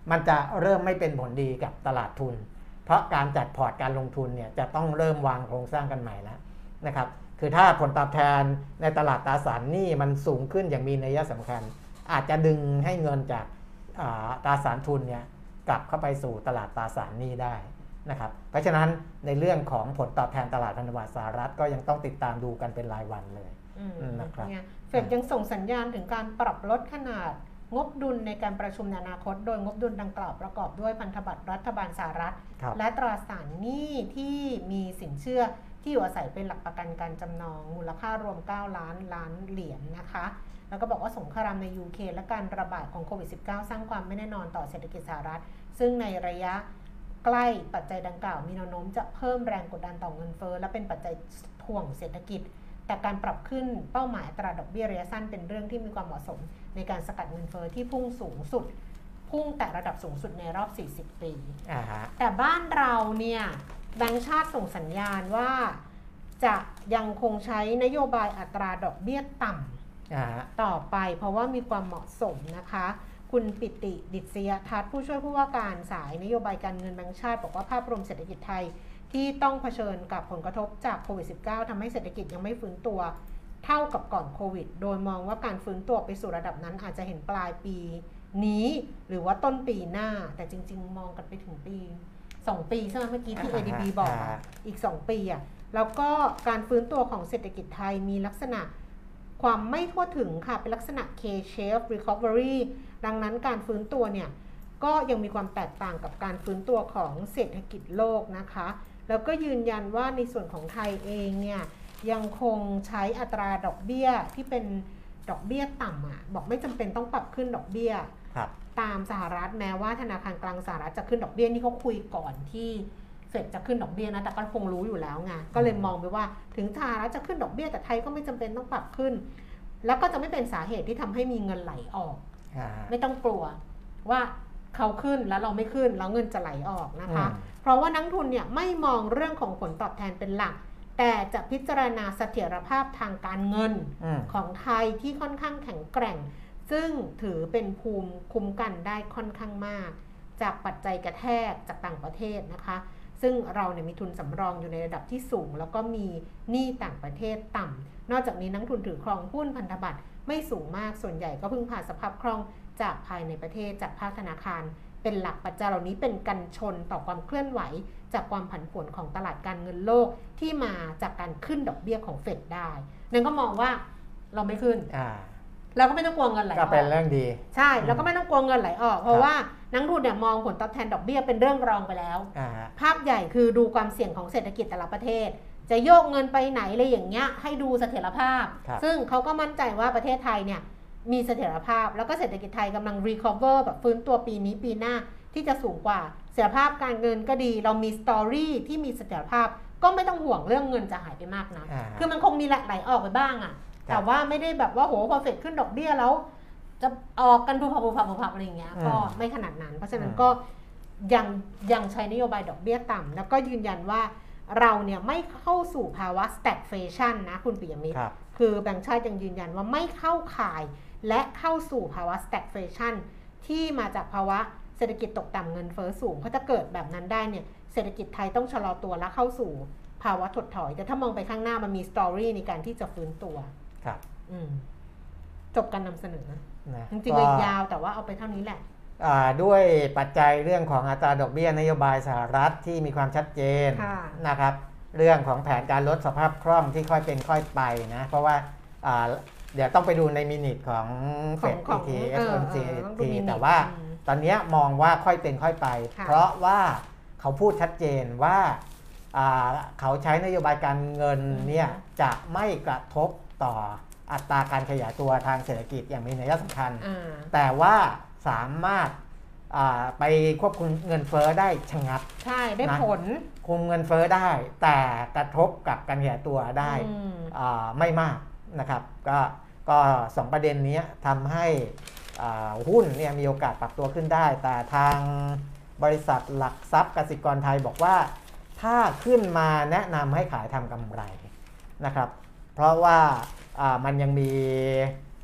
มันจะเริ่มไม่เป็นผลดีกับตลาดทุนเพราะการจัดพอร์ตการลงทุนเนี่ยจะต้องเริ่มวางโครงสร้างกันใหม่แล้วนะครับคือถ้าผลตอบแทนในตลาดตราสารหนี้มันสูงขึ้นอย่างมีนัยสำคัญอาจจะดึงให้เงินจากตราสารทุนเนี่ยกลับเข้าไปสู่ตลาดตราสารหนี้ได้นะครับเพราะฉะนั้นในเรื่องของผลตอบแทนตลาดพันธบัตรสหรัฐก็ยังต้องติดตามดูกันเป็นรายวันเลยนะครับเฟดยังส่งสัญญาณถึงการปรับลดขนาดงบดุลในการประชุมในอนาคตโดยงบดุลดังกล่าวประกอบด้วยพันธบัตรรัฐบาลสหรัฐและตราสารหนี้ที่มีสินเชื่อที่อยู่อาศัยเป็นหลักประกันการจำนองมูลค่ารวม9 ล้านล้านเหรียญนะคะแล้วก็บอกว่าสงครามในยูเครนและการระบาดของโควิด -19 สร้างความไม่แน่นอนต่อเศรษฐกิจสหรัฐซึ่งในระยะใกล้ปัจจัยดังกล่าวมีแนวโน้มจะเพิ่มแรงกดดันต่อเงินเฟ้อและเป็นปัจจัยถ่วงเศรษฐกิจแต่การปรับขึ้นเป้าหมายอัตราดอกเบี้ยระยะสั้นเป็นเรื่องที่มีความเหมาะสมในการสกัดเงินเฟ้อที่พุ่งแต่ระดับสูงสุดในรอบ40 ปีแต่บ้านเราเนี่ยแบงก์ชาติส่งสัญญาณว่าจะยังคงใช้นโยบายอัตราดอกเบี้ยต่ำต่อไปเพราะว่ามีความเหมาะสมนะคะคุณปิติดิษยทัศน์ผู้ช่วยผู้ว่าการสายนโยบายการเงินแบงก์ชาติบอกว่าภาพรวมเศรษฐกิจไทยที่ต้องเผชิญกับผลกระทบจากโควิด -19 ทำให้เศรษฐกิจยังไม่ฟื้นตัวเท่ากับก่อนโควิดโดยมองว่าการฟื้นตัวไปสู่ระดับนั้นอาจจะเห็นปลายปีนี้หรือว่าต้นปีหน้าแต่จริงๆมองกันไปถึงปี2 ปีใช่ไหมเมื่อกี้ที่ ADB บอกอีก2 ปีอ่ะแล้วก็การฟื้นตัวของเศรษฐกิจไทยมีลักษณะความไม่ทั่วถึงค่ะเป็นลักษณะ K-shaped recovery ดังนั้นการฟื้นตัวเนี่ยก็ยังมีความแตกต่างกับการฟื้นตัวของเศรษฐกิจโลกนะคะแล้วก็ยืนยันว่าในส่วนของไทยเองเนี่ยยังคงใช้อัตราดอกเบี้ยที่เป็นดอกเบี้ยต่ำอ่ะบอกไม่จำเป็นต้องปรับขึ้นดอกเบี้ยตามสหรัฐแม้ว่าธนาคารกลางสหรัฐจะขึ้นดอกเบี้ยนี่เขาคุยก่อนที่เฟดจะขึ้นดอกเบี้ยนะแต่ก็คงรู้อยู่แล้วไงก็เลยมองไปว่าถึงสหรัฐจะขึ้นดอกเบี้ยแต่ไทยก็ไม่จำเป็นต้องปรับขึ้นแล้วก็จะไม่เป็นสาเหตุที่ทำให้มีเงินไหลออกไม่ต้องกลัวว่าเขาขึ้นแล้วเราไม่ขึ้นแล้วเงินจะไหลออกนะคะเพราะว่านักทุนเนี่ยไม่มองเรื่องของผลตอบแทนเป็นหลักแต่จะพิจารณาเสถียรภาพทางการเงินของไทยที่ค่อนข้างแข็งแกร่งซึ่งถือเป็นภูมิคุ้มกันได้ค่อนข้างมากจากปัจจัยกระแทกจากต่างประเทศนะคะซึ่งเราเนี่ยมีทุนสำรองอยู่ในระดับที่สูงแล้วก็มีหนี้ต่างประเทศต่ำนอกจากนี้นักทุนถือครองหุ้นพันธบัตรไม่สูงมากส่วนใหญ่ก็พึ่งพาสภาพคล่องจากภายในประเทศจากภาคธนาคารเป็นหลักปัจจัยเหล่านี้เป็นกันชนต่อความเคลื่อนไหวจากความผันผวนของตลาดการเงินโลกที่มาจากการขึ้นดอกเบี้ยของเฟดได้นั่นก็มองว่าเราไม่ขึ้นเราก็ไม่ต้องกลัวเงินไหลออกก็เป็นเรื่องดีใช่แล้วก็ไม่ต้องกลัวเงินไหลออกเพราะว่านักทุนเนี่ยมองผลตอบแทนดอกเบี้ยเป็นเรื่องรองไปแล้วภาพใหญ่คือดูความเสี่ยงของเศรษฐกิจแต่ละประเทศจะโยกเงินไปไหนอะไรอย่างเงี้ยให้ดูเสถียรภาพซึ่งเขาก็มั่นใจว่าประเทศไทยเนี่ยมีเสถียรภาพแล้วก็เศรษฐกิจไทยกำลัง recover แบบฟื้นตัวปีนี้ปีหน้าที่จะสูงกว่าเสถียรภาพการเงินก็ดีเรามีสตอรี่ที่มีเสถียรภาพก็ไม่ต้องห่วงเรื่องเงินจะหายไปมากนะคือมันคงมีไหลออกไปบ้างอะแต่ว่าไม่ได้แบบว่าโหพอเฟดขึ้นดอกเบี้ยแล้วจะออกกันผูพับอะไรอย่างเงี้ยก็ไม่ขนาดนั้นเพราะฉะนั้นก็ยังใช้นโยบายดอกเบี้ยต่ำแล้วก็ยืนยันว่าเราเนี่ยไม่เข้าสู่ภาวะ stagflation นะคุณปิยมิตรคือแบงก์ชาติยังยืนยันว่าไม่เข้าข่ายและเข้าสู่ภาวะ stagflation ที่มาจากภาวะเศรษฐกิจตกต่ำเงินเฟ้อสูงเพราะถ้าเกิดแบบนั้นได้เนี่ยเศรษฐกิจไทยต้องชะลอตัวและเข้าสู่ภาวะถดถอยแต่ถ้ามองไปข้างหน้ามันมีสตอรี่ในการที่จะฟื้นตัวครับจบการนำเสนอจริงๆเลยยาวแต่ว่าเอาไปเท่านี้แหละด้วยปัจจัยเรื่องของอัตราดอกเบี้ยนโยบายสหรัฐที่มีความชัดเจนนะครับเรื่องของแผนการลดสภาพคล่องที่ค่อยเป็นค่อยไปนะเพราะว่าเดี๋ยวต้องไปดูในมินิทของเฟด FOMC แต่ว่าตอนนี้มองว่าค่อยเป็นค่อยไปเพราะว่าเขาพูดชัดเจนว่าเขาใช้นโยบายการเงินเนี่ยจะไม่กระทบต่ออัตราการขยายตัวทางเศรษฐกิจอย่างมีนัยสำคัญแต่ว่าสามารถไปควบคุมเงินเฟ้อได้ชะงักใช่ได้ผลคุมเงินเฟ้อได้แต่กระทบกับการขยายตัวได้ไม่มากนะครับก็สองประเด็นนี้ทำให้หุ้นเนี่ยมีโอกาสปรับตัวขึ้นได้แต่ทางบริษัทหลักทรัพย์กสิกรไทยบอกว่าถ้าขึ้นมาแนะนำให้ขายทำกำไรนะครับเพราะว่ามันยังมี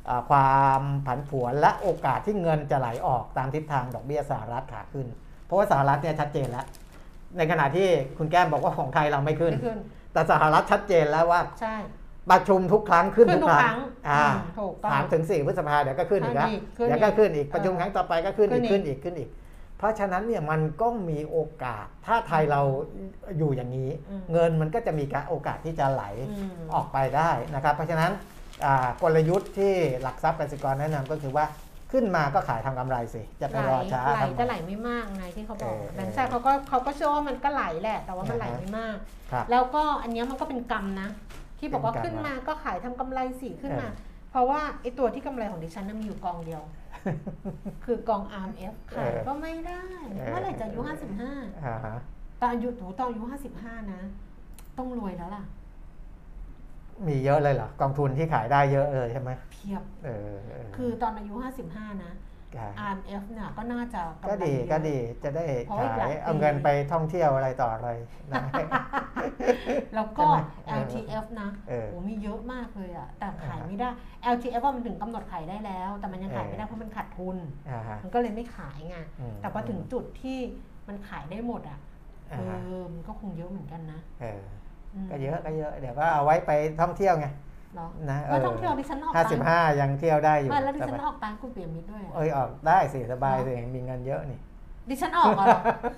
ความผันผวนและโอกาสที่เงินจะไหลออกตามทิศทางดอกเบี้ยสหรัฐขาขึ้นเพราะว่าสหรัฐเนี่ยชัดเจนแล้วในขณะที่คุณแก้มบอกว่าของไทยเราไม่ขึ้นแต่สหรัฐชัดเจนแล้วว่าใช่ประชุมทุกครั้งขึ้นทุกครั้ง3 ถึง 4 พฤษภาเดี๋ยวก็ขึ้นอีกแล้วเดี๋ยวก็ขึ้นอีกประชุมครั้งต่อไปก็ขึ้นอีกเพราะฉะนั้นเนี่ยมันก็มีโอกาสถ้าไทยเราอยู่อย่างนี้เงินมันก็จะมีโอกาสที่จะไหลออกไปได้นะครับเพราะฉะนั้นกลยุทธ์ที่หลักทรัพย์กสิกรแนะนำก็คือว่าขึ้นมาก็ขายทำกำไรสิจะไปรอช้าไหลจะไหลไม่มากไงที่เขาบอกแบงก์ชาติเขาก็เชื่อว่ามันก็ไหลแหละแต่ว่ามันไหลไม่มากแล้วก็อันนี้มันก็เป็นกรรมนะที่บอกว่าขึ้นมาก็ขายทำกำไรสิขึ้นมาเพราะว่าไอ้ตัวที่กำไรของดิฉันมีอยู่กองเดียวคือกอง RMF ขายก็ไม่ได้เมื่อไหร่จะอายุ55ตอนอายุ55นะต้องรวยแล้วล่ะมีเยอะเลยเหรอกองทุนที่ขายได้เยอะใช่ไหมเพียบคือตอนอายุ55นะRMF เนี่ยก็น่าจะก็ดีจะได้ขายเอาเงินไปท่องเที่ยวอะไรต่ออะไรนะแล้วก็ LTF นะโอ้มีเยอะมากเลยอ่ะแต่ขายไม่ได้ LTF ว่ามันถึงกำหนดขายได้แล้วแต่มันยังขายไม่ได้เพราะมันขาดทุนมันก็เลยไม่ขายไงแต่พอถึงจุดที่มันขายได้หมดอ่ะมันก็คงเยอะเหมือนกันนะก็เยอะเดี๋ยวก็เอาไว้ไปท่องเที่ยวไงนะท่องเที่ยวดิฉันออก 55ยังเที่ยวได้อยู่แล้วดิฉันออกตังค์คุณเปียมิตรด้วยออกได้สิสบายสิมีเงินเยอะนี่ดิฉันออกเหรอ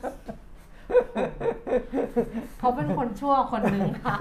เขาเป็นคนชั่วคนหนึ่งค่ะ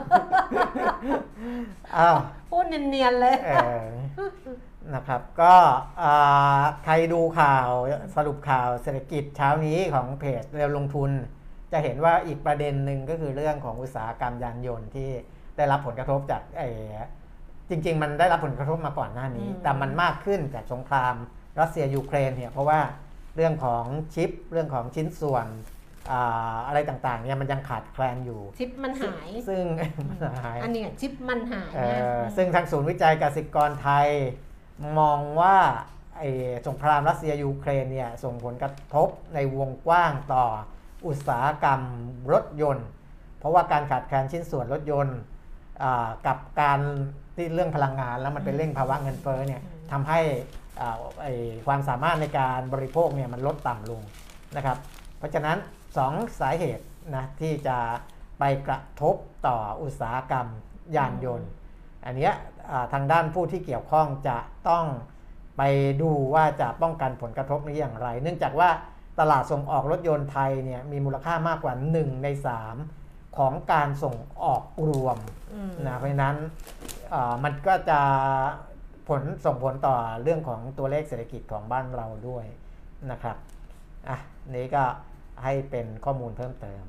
พูดเนียนๆเลยนะครับก็ใครดูข่าวสรุปข่าวเศรษฐกิจเช้านี้ของเพจเร็วลงทุนจะเห็นว่าอีกประเด็นหนึ่งก็คือเรื่องของอุตสาหกรรมยานยนต์ที่ได้รับผลกระทบจากจริงๆมันได้รับผลกระทบมาก่อนหน้านี้แต่มันมากขึ้นจากสงครามรัสเซียยูเครนเนี่ยเพราะว่าเรื่องของชิปเรื่องของชิ้นส่วนอะไรต่างๆเนี่ยมันยังขาดแคลนอยู่ชิปมันหายซึ่งอันนี้ชิปมันหายซึ่งทางศูนย์วิจัยกสิกรไทยมองว่าสงครามรัสเซียยูเครนเนี่ยส่งผลกระทบในวงกว้างต่ออุตสาหกรรมรถยนต์เพราะว่าการขาดแคลนชิ้นส่วนรถยนต์กับการที่เรื่องพลังงานแล้วมันเป็นเรื่องภาวะเงินเฟ้อเนี่ยทำให้ความสามารถในการบริโภคเนี่ยมันลดต่ำลงนะครับเพราะฉะนั้น2สาเหตุนะที่จะไปกระทบต่ออุตสาหกรรมยานยนต์อันนี้ทางด้านผู้ที่เกี่ยวข้องจะต้องไปดูว่าจะป้องกันผลกระทบนี้อย่างไรเนื่องจากว่าตลาดส่งออกรถยนต์ไทยเนี่ยมีมูลค่ามากกว่า1 ใน 3ของการส่งออกรวมนะเพราะฉะนั้นมันก็จะส่งผลต่อเรื่องของตัวเลขเศรษฐกิจของบ้านเราด้วยนะครับนี้ก็ให้เป็นข้อมูลเพิ่มเติม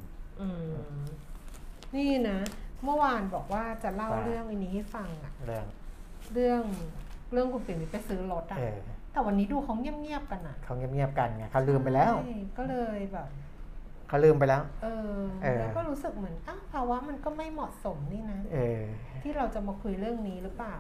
นี่นะเมื่อวานบอกว่าจะเล่าเรื่องอันนี้ให้ฟังอะเรื่องคุณปิ่นไปซื้อรถอะแต่วันนี้ดูเขาเงียบๆกันอะเขาเงียบๆกันไงเขาลืมไปแล้วก็เลยแบบเขาลืมไปแล้วแล้วก็รู้สึกเหมือนภาวะมันก็ไม่เหมาะสมนี่นะที่เราจะมาคุยเรื่องนี้หรือเปล่า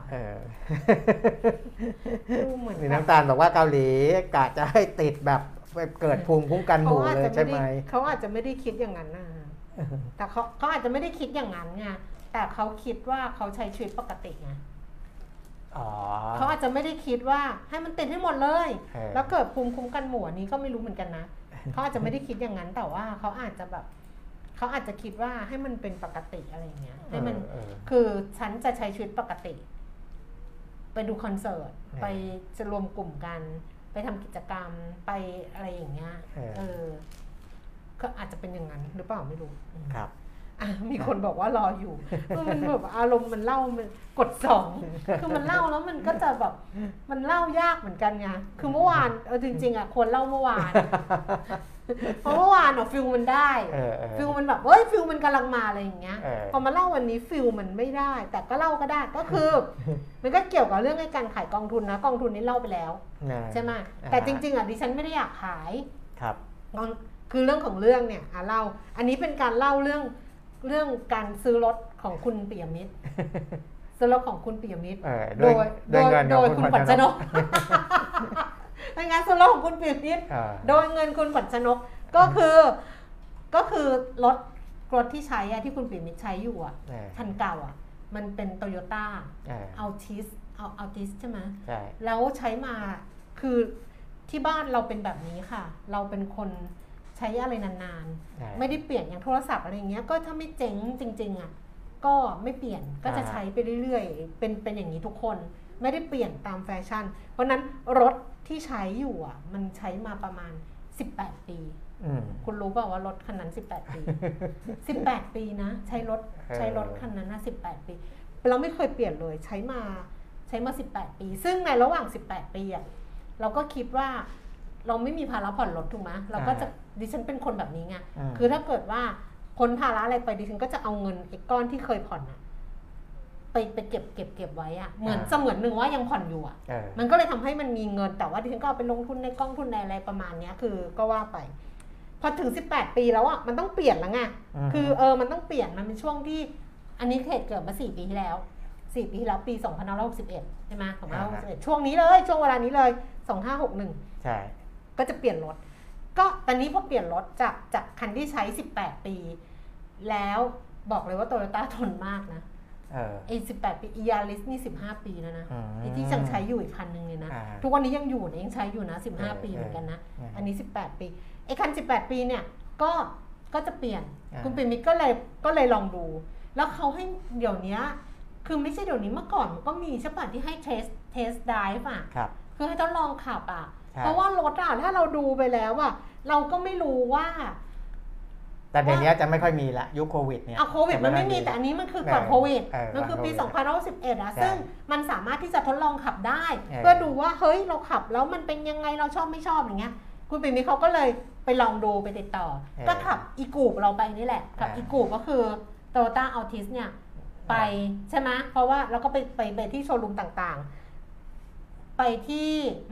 ดูเหมือนน้ำตาลบอกว่าเกาหลีกะจะให้ติดแบบเกิดภูมิคุ้มกันหมู่เลยใช่ไหมเขาอาจจะไม่ได้คิดอย่างนั้นนะแต่เขาอาจจะไม่ได้คิดอย่างนั้นไงแต่เขาคิดว่าเขาใช้ชีวิตปกติไงเขาอาจจะไม่ได้คิดว่าให้มันติดให้หมดเลยแล้วเกิดภูมิคุ้มกันหมู่นี้ก็ไม่รู้เหมือนกันนะเขาอาจจะไม่ได้คิดอย่างนั้นแต่ว่าเขาอาจจะคิดว่าให้มันเป็นปกติอะไรเงี้ยให้มันคือฉันจะใช้ชีวิตปกติไปดูคอนเสิร์ตไปจะรวมกลุ่มกันไปทำกิจกรรมไปอะไรอย่างเงี้ยก็อาจจะเป็นอย่างนั้นหรือเปล่าไม่รู้ครับมีคนบอกว่ารออยู่มันแบบอารมณ์มันเล่ามันกด2คือมันเล่าแล้วมันก็จะแบบมันเล่ายากเหมือนกันไงคือเมื่อวานจริงๆควรเล่าเมื่อวานเพราะเมื่อวานฟิลมันได้ฟิลมันแบบฟิลมันกำลังมาอะไรอย่างเงี้ยพอมาเล่าวันนี้ฟิลมันไม่ได้แต่ก็เล่าก็ได้ก็คือมันก็เกี่ยวกับเรื่องการขายกองทุนนะกองทุนนี้เล่าไปแล้วใช่ไหมแต่จริงๆดิฉันไม่ได้อยากขายครับคือเรื่องของเรื่องเนี่ยเล่าอันนี้เป็นการเล่าเรื่องการซื้อรถของคุณปิยมิตรซื้อรถของคุณปิยมิตรโดยคุณขวัญชนกเป็นงานซื้อรถของคุณปิยมิตรโดยเงินคุณขวัญชนกก็คือรถที่ใช้ที่คุณปิยมิตรใช้อยู่คันเก่ามันเป็น Toyota Altis อัลติสใช่ไหมใช่แล้วใช้มาคือที่บ้านเราเป็นแบบนี้ค่ะเราเป็นคนใช้อะไรนานๆไม่ได้เปลี่ยนอย่างโทรศัพท์อะไรอย่างเงี้ยก็ถ้าไม่เจ๊งจริงๆอ่ะก็ไม่เปลี่ยนก็จะใช้ไปเรื่อยๆเป็นอย่างนี้ทุกคนไม่ได้เปลี่ยนตามแฟชั่นเพราะนั้นรถที่ใช้อยู่อ่ะมันใช้มาประมาณ18ปีคุณรู้เปล่าว่ารถคันนั้น18ปี18ปีนะใช้รถคันนั้นนะ18ปีเราไม่เคยเปลี่ยนเลยใช้มา18ปีซึ่งในระหว่าง18ปีอ่ะเราก็คิดว่าเราไม่มีภาระผ่อนรถถูกไหมเราก็จะดิฉันเป็นคนแบบนี้ไงคือถ้าเกิดว่าพ้นภาระอะไรไปดิฉันก็จะเอาเงินไอ้ก้อนที่เคยผ่อนอ่ะไปเก็บไว้อ่ะเหมือนเสมือนหนึ่งว่ายังผ่อนอยู่อ่ะมันก็เลยทำให้มันมีเงินแต่ว่าดิฉันก็เอาไปลงทุนในกองทุนในอะไรประมาณนี้คือก็ว่าไปพอถึง18ปีแล้วอ่ะมันต้องเปลี่ยนแล้วไงคือมันต้องเปลี่ยนมันเป็นช่วงที่อันนี้เหตุเกิดมา4ปีที่แล้ว4ปีที่แล้วปี2561ใช่ไหม2561ช่วงนี้เลยช่วงเวลานี้เลย2561 ใช่ก็จะเปลี่ยนรถก็ตอนนี้พอเปลี่ยนรถจากคันที่ใช้18ปีแล้วบอกเลยว่า Toyota ทนมากนะไอ้18ปี Yaris นี่15ปีแล้วนะไอ้ที่ยังใช้อยู่อีกคันนึงเลยนะทุกวันนี้ยังอยู่นะยังใช้อยู่นะ15ปีเหมือนกันนะอันนี้18ปีไอ้คัน18ปีเนี่ยก็จะเปลี่ยนคุณปิ่มมิตรก็เลยลองดูแล้วเขาให้เดี๋ยวนี้คือไม่ใช่เดี๋ยวนี้เมื่อก่อนมันก็มีใช่ป่ะที่ให้เทสไดฟ์อ่ะคือให้ทดลองขับอ่ะเพราะว่ารถอ่ะถ้าเราดูไปแล้วอ่ะเราก็ไม่รู้ว่าแต่เดี๋ยวนี้จะไม่ค่อยมีละยุคโควิดเนี่ยโควิดมันไม่มีแต่อันนี้มันคือก่อนโควิดมันคือปี2011อ่ะซึ่งมันสามารถที่จะทดลองขับได้เพื่อดูว่าเฮ้ยเราขับแล้วมันเป็นยังไงเราชอบไม่ชอบอย่างเงี้ยคุณปิ่มมิตรเขาก็เลยไปลองดูไปติดต่อก็ขับอีกูบเราไปนี่แหละขับอีกูบก็คือ Toyota Altis เนี่ยไปใช่ไหมเพราะว่าเราก็ไปที่โชว์รูมต่างๆไปที่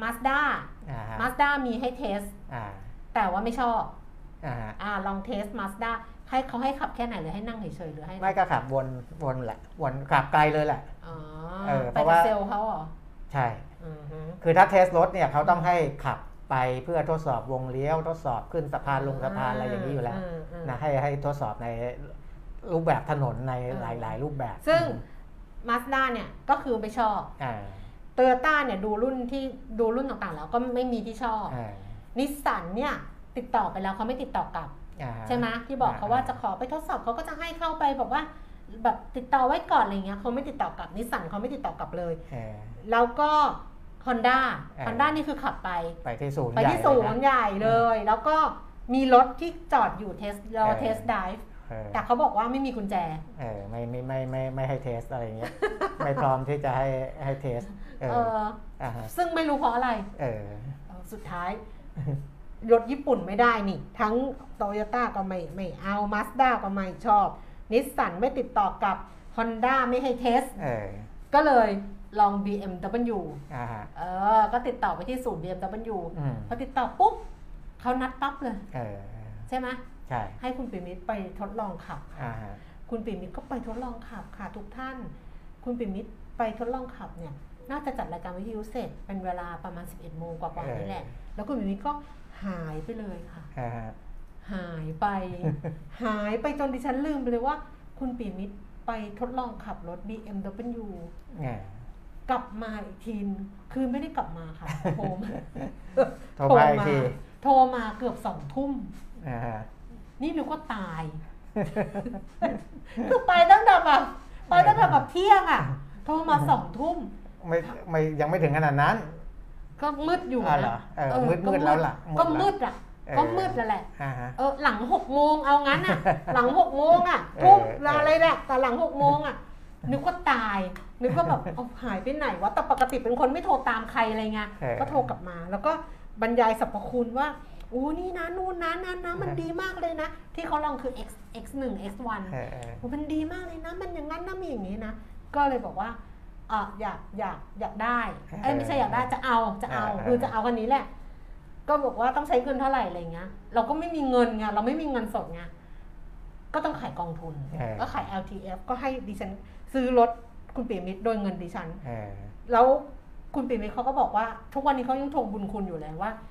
Mazda มีให้เทสแต่ว่าไม่ชอบลองเทส Mazda ให้เขาให้ขับแค่ไหนหรือให้นั่งเฉยๆหรือให้ไม่ก็ขับวนแหละวนขับไกลเลยแหละเพราะว่าเซลล์เขาใช่คือถ้าเทสรถเนี่ยเขาต้องให้ขับไปเพื่อทดสอบวงเลี้ยวทดสอบขึ้นสะพานลงสะพานอะไรอย่างนี้อยู่แล้วนะให้ทดสอบในรูปแบบถนนในหลายรูปแบบซึ่ง Mazda เนี่ยก็คือไม่ชอบToyota เนี่ยดูรุ่นต่างๆแล้วก็ไม่มีที่ชอบNissan เนี่ยติดต่อไปแล้วเขาไม่ติดต่อกลับใช่ไหมที่บอกเขาว่าจะขอไปทดสอบเขาก็จะให้เข้าไปบอกว่าแบบติดต่อไว้ก่อนอะไรเงี้ยเขาไม่ติดต่อกลับNissanเขาไม่ติดต่อกลับเลยแล้วก็ Honda นี่คือขับไปที่ศูนย์ใหญ่เลยแล้วก็มีรถที่จอดอยู่เทสไดฟ์แต่เขาบอกว่าไม่มีกุญแจไม่ให้เทสอะไรเงี้ยไม่พร้อมที่จะให้เทสซึ่งไม่รู้เพราะอะไรสุดท้ายรถญี่ปุ่นไม่ได้นี่ทั้ง Toyota ก็ไม่เอา Mazda ก็ไม่ชอบ Nissan ไม่ติดต่อกับ Honda ไม่ให้เทสก็เลยลอง BMW ก็ติดต่อไปที่ศูนย์ BMW พอติดต่อปุ๊บเขานัดปั๊บเลยใช่ไหมใช่ให้คุณปิ่มมิตรไปทดลองขับคุณปิ่มมิตรก็ไปทดลองขับค่ะทุกท่านคุณปิ่มมิตรไปทดลองขับเนี่ยน่าจะจัดรายการวิทยุเสร็จเป็นเวลาประมาณ 11 โมงกว่าๆนี่แหละแล้วคุณปิ่มมิตรก็หายไปเลยค่ะหายไปจนดิฉันลืมไปเลยว่าคุณปิ่มมิตรไปทดลองขับรถ BMW กลับมาอีกทีคือไม่ได้กลับมาค่ะโทรมาเกือบ2 ทุ่มนี่นึกว่าตายคือไปตั้งแต่แบบเที่ยงอ่ะโทรมา2 ทุ่มไม่ยังไม่ถึงขนาดนั้นก็มืดอยู่นะมืดแล้วล่ะก็มืดอ่ะก็มืดแล้วแหละหลัง6 โมงเอางั้นอ่ะหลัง6 โมงอ่ะทุ่มอะไรแหละแต่หลัง6 โมงอ่ะนึกว่าตายนึกว่าแบบหายไปไหนวะแต่ปกติเป็นคนไม่โทรตามใครอะไรเงี้ยก็โทรกลับมาแล้วก็บรรยายสรรพคุณว่าโอ้นี่นะนู่นนะมันดีมากเลยนะที่เขาลองคือ X1 X1 มันดีมากเลยนะมันอย่างนั้นนะมีอย่างนี้นะก็เลยบอกว่าอยากได้ไม่ใช่อยากได้จะเอาคือจะเอาคันนี้แหละก็บอกว่าต้องใช้เงินเท่าไหร่อะไรเงี้ยเราก็ไม่มีเงินไงเราไม่มีเงินสดไงก็ต้องขายกองทุนก็ขาย LTF ก็ให้ดิฉันซื้อรถคุณปิ่มมิตรโดยเงินดิฉันแล้วคุณปิ่มมิตรเขาก็บอกว่าทุกวันนี้เขายังทวงบุญคุณอยู่เลยว่า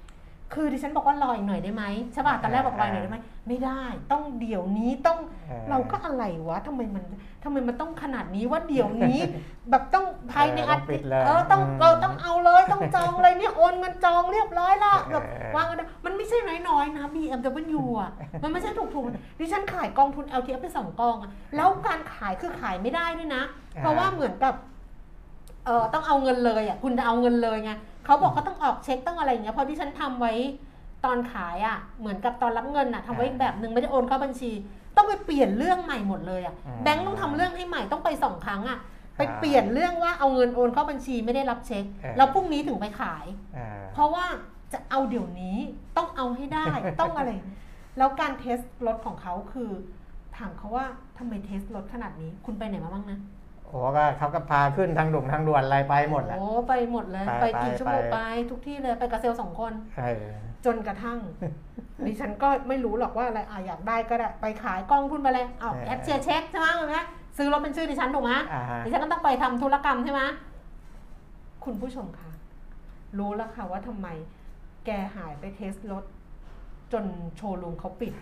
คือดิฉันบอกว่ารออีกหน่อยได้ไหมใช่ป่ะตอนแรกบอกรออีกหน่อยได้ไหมไม่ได้ต้องเดี๋ยวนี้ต้องเราก็อะไรวะทำไมมันต้องขนาดนี้ว่าเดี๋ยวนี้แบบต้องภายในอาทิตย์ต้องเอาเลยต้องจองเลยเนี่ยโอนเงินจองเรียบร้อยละแบบวางกันมันไม่ใช่น้อยๆนะ BMW อ่ะมันไม่ใช่ถูกๆดิฉันขายกองทุน LTF ไป2 กองอ่ะแล้วการขายคือขายไม่ได้ด้วยนะเพราะว่าเหมือนกับต้องเอาเงินเลยอ่ะคุณจะเอาเงินเลยไงเขาบอกเขาต้องออกเช็คต้องอะไรอย่างเงี้ยเพราะที่ฉันทำไว้ตอนขายอ่ะเหมือนกับตอนรับเงินอ่ะทำไว้อีกแบบนึงไม่ได้โอนเข้าบัญชีต้องไปเปลี่ยนเรื่องใหม่หมดเลยอ่ะแบงค์ต้องทำเรื่องให้ใหม่ต้องไป2 ครั้งอ่ะไปเปลี่ยนเรื่องว่าเอาเงินโอนเข้าบัญชีไม่ได้รับเช็คแล้วพรุ่งนี้ถึงไปขายเพราะว่าจะเอาเดี๋ยวนี้ต้องเอาให้ได้ต้องอะไรแล้วการเทสรถของเขาคือถามเขาว่าทำไมเทสรถขนาดนี้คุณไปไหนมาบ้างนะโอ้ก็เขาก็พาขึ้นทางด่วนอะไรไปหมดแหละโอ้ไปหมดเลยไปกี่ชั่วโมงไปทุกที่เลยไปกับเซลล์2 คนจนกระทั่งดิฉันก็ไม่รู้หรอกว่าอะไรอยากได้ก็ได้ไปขายกองทุนไปเลยเอาแอดเชียร์เช็คใช่ไหมเหมือนไหมซื้อรถเป็นชื่อดิฉันถูกไหมดิฉันก็ต้องไปทำธุรกรรมใช่ไหมคุณผู้ชมคะรู้แล้วค่ะว่าทำไมแกหายไปเทสรถจนโชว์รูมเขาปิด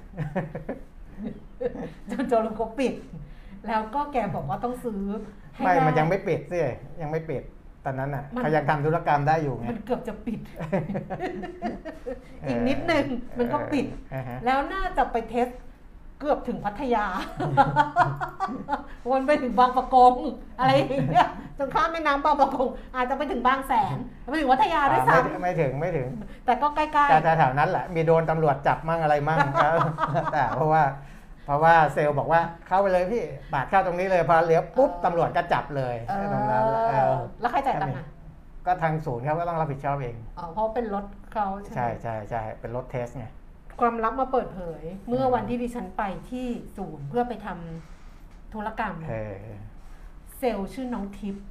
จนโชว์รูมเขาปิดแล้วก็แกบอกว่าต้องซื้อไม่มันยังไม่ปิดสิยังไม่ปิดตอนนั้นอ่ะเขายังทำธุรกรรมได้อยู่ไงมันเกือบจะปิดอีกนิดนึงมันก็ปิดแล้วน่าจะไปเทสเกือบถึงพัทยาวนไปถึงบางปะกงอะไรอย่างเงี้ยจนข้ามแม่น้ำบางปะกงอาจจะไปถึงบางแสนไปถึงพัทยาด้วยซ้ำไม่ถึงแต่ก็ใกล้ๆแต่แถวนั้นแหละมีโดนตำรวจจับมั่งอะไรมั่งแต่เพราะว่าเซลล์บอกว่าเข้าไปเลยพี่บาทเข้าตรงนี้เลยพอเลี้ยวปุ๊บตำรวจก็จับเลยตรงนั้นแล้วใครจ่ายตังค์อ่ะก็ทางศูนย์เขาก็ต้องรับผิดชอบเองเพราะเป็นรถเขาใช่เป็นรถเทสไงความลับมาเปิดเผยเมื่อวันที่ดิฉันไปที่ศูนย์เพื่อไปทำธุรกรรมเซลล์ชื่อน้องทิพย์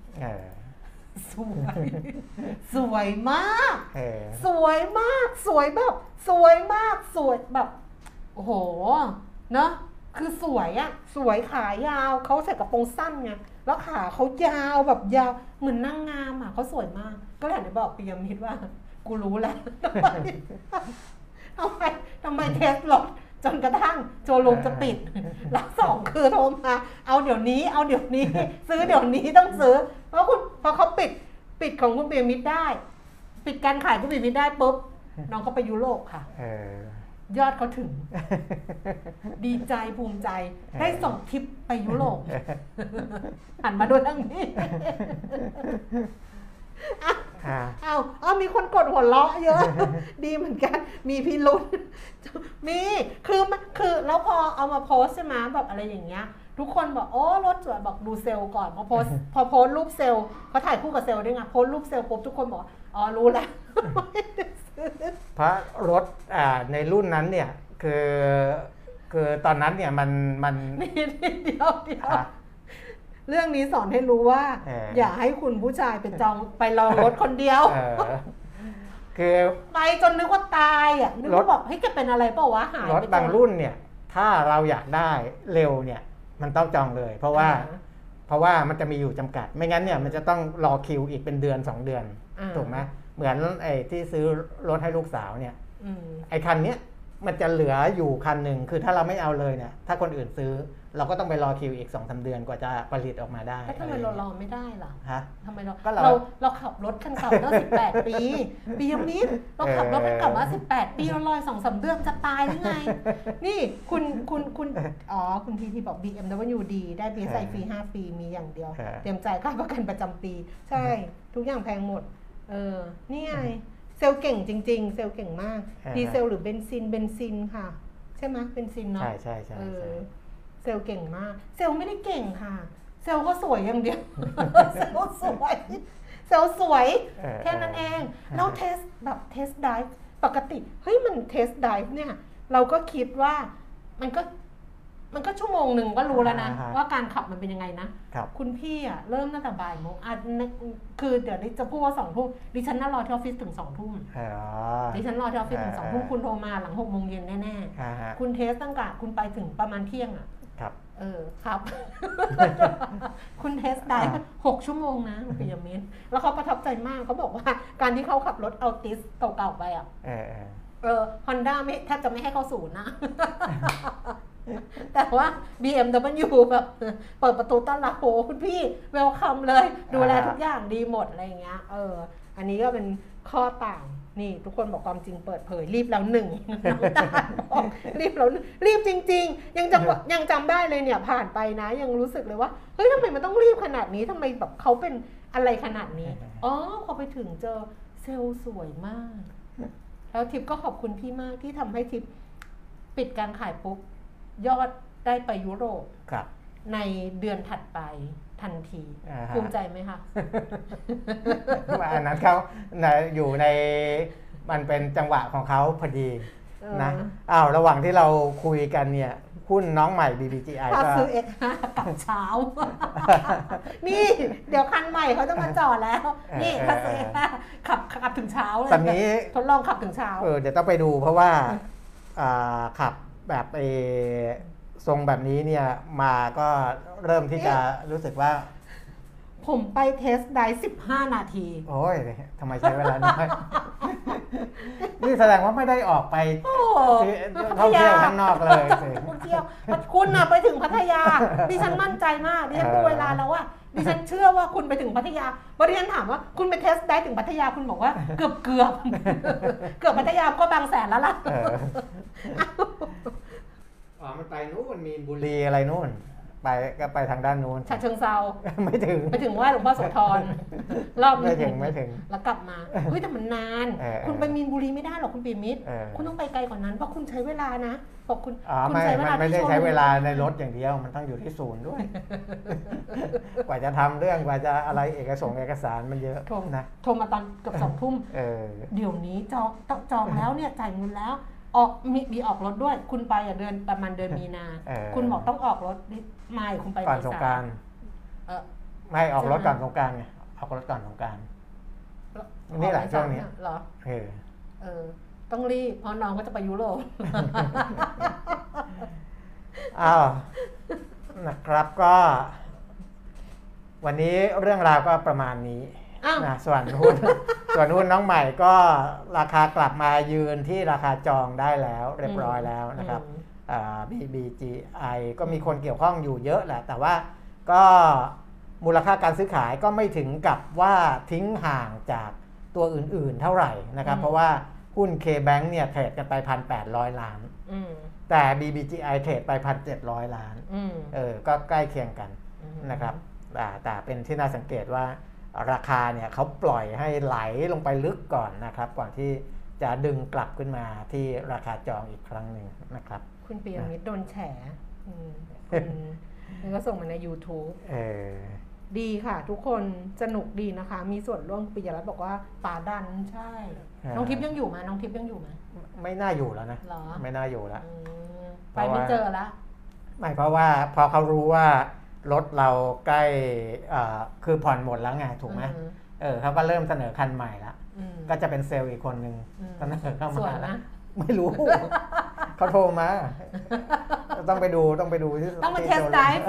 สวยมากสวยมากสวยแบบสวยมากสวยแบบโอ้โหเนอะคือสวยอะสวยขายาวเขาใส่กระโปรงสั้นไงแล้วขาเขายาวแบบยาวเหมือนนางงามอะเขาสวยมากก็เลยได้บอกปิยมิตรว่ากูรู้แล้วทำไมเทสรถจนกระทั่งโชว์รูมจะปิดแล้ว2คือโทรมาเอาเดี๋ยวนี้ซื้อเดี๋ยวนี้ต้องซื้อเพราะเขาปิดของคุณปิยมิตรได้ปิดการขายคุณปิยมิตรได้ปุ๊บน้องก็ไปยุโรปค่ะยอดเขาถึงดีใจภูมิใจได้ส่งทริปไปยุโรปหันมาดูทางนี้เอามีคนกดหัวเราะเยอะดีเหมือนกันมีพี่ลุ้นมีคือแล้วพอเอามาโพสใช่ไหมแบบอะไรอย่างเงี้ยทุกคนบอกโอ้รถสวยบอกดูเซลล์ก่อนพอโพสรูปเซลล์เขาถ่ายคู่กับเซลล์ด้วยไงโพสรูปเซลล์ปุ๊บทุกคนบอกอ๋อรู้แล้วเพราะรถในรุ่นนั้นเนี่ยคือตอนนั้นเนี่ยมันเดี๋ยวเรื่องนี้สอนให้รู้ว่าอย่าให้คุณผู้ชายไปลองรถคนเดียวคือไปจนนึกว่าตายอ่ะนึกว่าแบบให้แกเป็นอะไรเปล่าวะหายรถบางรุ่นเนี่ยถ้าเราอยากได้เร็วเนี่ยมันต้องจองเลยเพราะว่ามันจะมีอยู่จำกัดไม่งั้นเนี่ยมันจะต้องรอคิวอีกเป็นเดือน2 เดือนถูกไหมเหมือนไอ้ที่ซื้อรถให้ลูกสาวเนี่ยไอ้คันนี้มันจะเหลืออยู่คันหนึ่งคือถ้าเราไม่เอาเลยเนี่ยถ้าคนอื่นซื้อเราก็ต้องไปรอคิวอีก 2-3 เดือนกว่าจะผลิตออกมาได้แล้วทำไมเรารอไม่ได้ล่ะทำไมเราขับรถคันเก่าตั้ง18 ปียังนิดเราขับรถคันเก่ามา18 ปีเรารอ 2-3 เดือนจะตายหรือไงนี่คุณทีบอก BMW ดีได้ BSI ฟรี5 ปีมีอย่างเดียวเตรียมจ่ายค่าประกันประจำปีใช่ทุกอย่างแพงหมดนี่ไงเซลล์เก่งจริงๆเซลล์เก่งมากดีเซลหรือเบนซินค่ะใช่ไหมเบนซินเนาะใช่เซลล์เก่งมากเซลล์ไม่ได้เก่งค่ะเซลล์ก็สวยอย่างเดียวเซลล์สวยแค่นั้นเองแล้วเทสแบบเทสไดฟ์ปกติเฮ้ยมันเทสไดฟ์เนี่ยเราก็คิดว่ามันก็ชั่วโมงหนึ่งก็รู้แล้วนะว่าการขับมันเป็นยังไงนะคุณพี่อ่ะเริ่มตั้งแต่บ่ายโมงคือเดี๋ยวจะพูดว่า2 ทุ่มดิฉันน่ารอที่ออฟฟิศถึง2 ทุ่มดิฉันรอที่ออฟฟิศถึง2 ทุ่มคุณโทรมาหลัง6 โมงเย็นแน่ๆคุณเทสตั้งแต่คุณไปถึงประมาณเที่ยงอ่ะครับคุณเทสได้6 ชั่วโมงนะปิยมิตรแล้วเขาประทับใจมากเขาบอกว่าการที่เขาขับรถอัลติสเก่าๆไปอ่ะ Honda แทบจะไม่ให้เข้าศูนย์นะ แต่ว่า BMW แบบเปิดประตูต้อนรับโอ้คุณพี่เวลคัมเลยดูแลทุกอย่างดีหมดอะไรอย่างเงี้ยอันนี้ก็เป็นข้อต่างนี่ทุกคนบอกความจริงเปิดเผยรีบแล้วหนึ่งน้ำตาลบอกรีบแล้วรีบจริงๆยังจำได้เลยเนี่ยผ่านไปนะยังรู้สึกเลยว่าเฮ้ยทำไมมันต้องรีบขนาดนี้ทำไมแบบเขาเป็นอะไรขนาดนี้พอไปถึงเจอเซลล์สวยมากแล้วทิปก็ขอบคุณพี่มากที่ทำให้ทิปปิดการขายปุ๊บยอดได้ไปยุโรปในเดือนถัดไปทันทีภูมิใจไหมคะว่าอันนั้นเขาอยู่ในมันเป็นจังหวะของเขาพอดีนะระหว่างที่เราคุยกันเนี่ยหุ้นน้องใหม่ BBGI ก็ซื้อ X5 กับเช้านี่เดี๋ยวคันใหม่เขาจะมาจอดแล้วนี่ถ้าซื้อ X5 ขับถึงเช้าเลยตอนนี้ทดลองขับถึงเช้าเดี๋ยวต้องไปดูเพราะว่าขับแบบทรงแบบนี้เนี่ยมาก็เริ่มที่จะรู้สึกว่าผมไปเทสไดร์15 นาทีโอ้ยทำไมใช้เวลาน้อยนี่แสดงว่าไม่ได้ออกไปท่องเที่ยวข้างนอกเลยท่องเที่ยวคุณไปถึงพัทยาดิฉันมั่นใจมากดิฉันดูเวลาแล้วว่าดิฉันเชื่อว่าคุณไปถึงพัทยาดิฉันถามว่าคุณไปเทสไดร์ถึงพัทยาคุณบอกว่าเกือบพัทยาก็บางแสนแล้วล่ะมันไปนู้นมีบุรีอะไรนู้นไปก็ไปทางด้านนู้นฉะเชิงเซาไม่ถึงว่าหลวงพ่อโสธรรอบไม่ถึงแล้วกลับมาเฮ้ยแต่มันนานคุณไปมีนบุรีไม่ได้หรอกคุณปีมิตรคุณต้องไปไกลกว่านั้นเพราะคุณใช้เวลานะบอกคุณใช้เวลาไม่ได้ใช้เวลาในรถอย่างเดียวมันต้องอยู่ที่ศูนย์ด้วยกว่าจะทำเรื่องกว่าจะอะไรเอกสารมันเยอะนะโทรมาตอนเกือบ2 ทุ่มเดี๋ยวนี้จองแล้วเนี่ยจ่ายเงินแล้วมีออกรถด้วยคุณไปเดือนประมาณเดือนมีนาคุณบอกต้องออกรถไม่คุณไปก่อนสงกรานต์ไม่ออกรถก่อนสงกรานต์ไงออกรถก่อนสงกรานต์นี่แหละช่วงนี้เหรอต้องรีบเพราะน้องก็จะไปยุโรปนะครับก็วันนี้เรื่องราวก็ประมาณนี้นะส่วนหุ้นน้องใหม่ก็ราคากลับมายืนที่ราคาจองได้แล้วเรียบร้อยแล้วนะครับBBGI ก็มีคนเกี่ยวข้องอยู่เยอะแหละแต่ว่าก็มูลค่าการซื้อขายก็ไม่ถึงกับว่าทิ้งห่างจากตัวอื่นๆเท่าไหร่นะครับเพราะว่าหุ้น KBank เนี่ยเทรดกันไป 1,800 ล้านแต่ BBGI เทรดไป 1,700 ล้านก็ใกล้เคียงกันนะครับแต่เป็นที่น่าสังเกตว่าราคาเนี่ยเขาปล่อยให้ไหลลงไปลึกก่อนนะครับก่อนที่จะดึงกลับขึ้นมาที่ราคาจองอีกครั้งหนึ่งนะครับคุณปียมิตรโดนแฉคุณก็ส่งมาใน YouTube ดีค่ะทุกคนสนุกดีนะคะมีส่วนร่วมปียรัตน์บอกว่าป่าดันใช่น้องทิพย์ยังอยู่ไหมน้องทิพย์ยังอยู่ไหมไม่น่าอยู่แล้วนะไม่น่าอยู่แล้วไปไม่เจอแล้วไม่เพราะว่าพอเขารู้ว่ารถเราใกล้คือผ่อนหมดแล้วไงถูกไหมเขาก็เริ่มเสนอคันใหม่ละก็จะเป็นเซลล์อีกคนนึงเสนอเข้ามาแล้วไม่รู้เขาโทรมาต้องไปดูที่ต้องมาเทสไดฟ์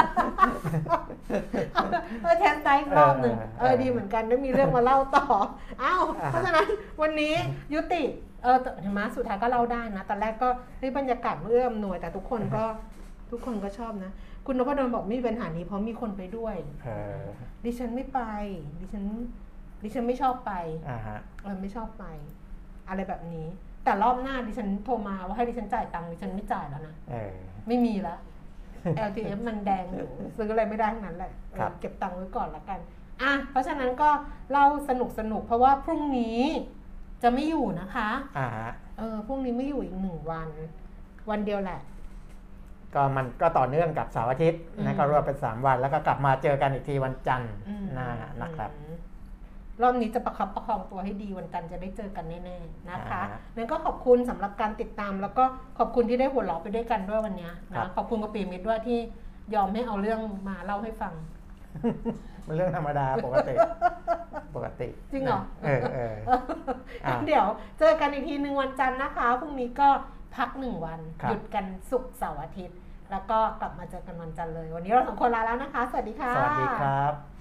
เทสไดฟ์รอบหนึ่งดีเหมือนกันได้มีเรื่องมาเล่าต่อเพราะฉะนั้นวันนี้ยุติเห็นไหมสุดท้ายก็เล่าได้นะตอนแรกก็ได้บรรยากาศเอื้ออำนวยแต่ทุกคนก็ชอบนะคุณนพดลบอกมีปัญหานี้เพราะมีคนไปด้วยดิฉันไม่ไปดิฉันไม่ชอบไปไม่ชอบไปอะไรแบบนี้แต่รอบหน้าดิฉันโทรมาว่าให้ดิฉันจ่ายตังค์ดิฉันไม่จ่ายแล้วนะไม่มีแล้ว LTF มันแดงอยู่ซื้ออะไรไม่ได้ทั้งนั้นแหละเก็บตังค์ไว้ก่อนละกันเพราะฉะนั้นก็เล่าสนุกเพราะว่าพรุ่งนี้จะไม่อยู่นะคะพรุ่งนี้ไม่อยู่อีก1 วันเดียวแหละมันก็ต่อเนื่องกับเสาร์อาทิตย์นะก็รวมเป็น3 วันแล้วก็กลับมาเจอกันอีกทีวันจันทร์นะครับรอบนี้จะประคับประคองตัวให้ดีวันจันทร์จะได้เจอกันแน่ๆนะคะนั้นก็ขอบคุณสำหรับการติดตามแล้วก็ขอบคุณที่ได้หัวเราะไปด้วยกันด้วยวันนี้นะขอบคุณกับปีมิตรด้วยที่ยอมให้เอาเรื่องมาเล่าให้ฟังมันเรื่องธรรมดาปกติจริงเหรอเดี๋ยวเจอกันอีกทีนึงวันจันทร์นะคะพรุ่งนี้ก็พัก1 วันหยุดกันศุกร์เสาร์อาทิตย์แล้วก็กลับมาเจอกันวันจันทร์เลยวันนี้เรา2 คนลาแล้วนะคะสวัสดีค่ะสวัสดีครับ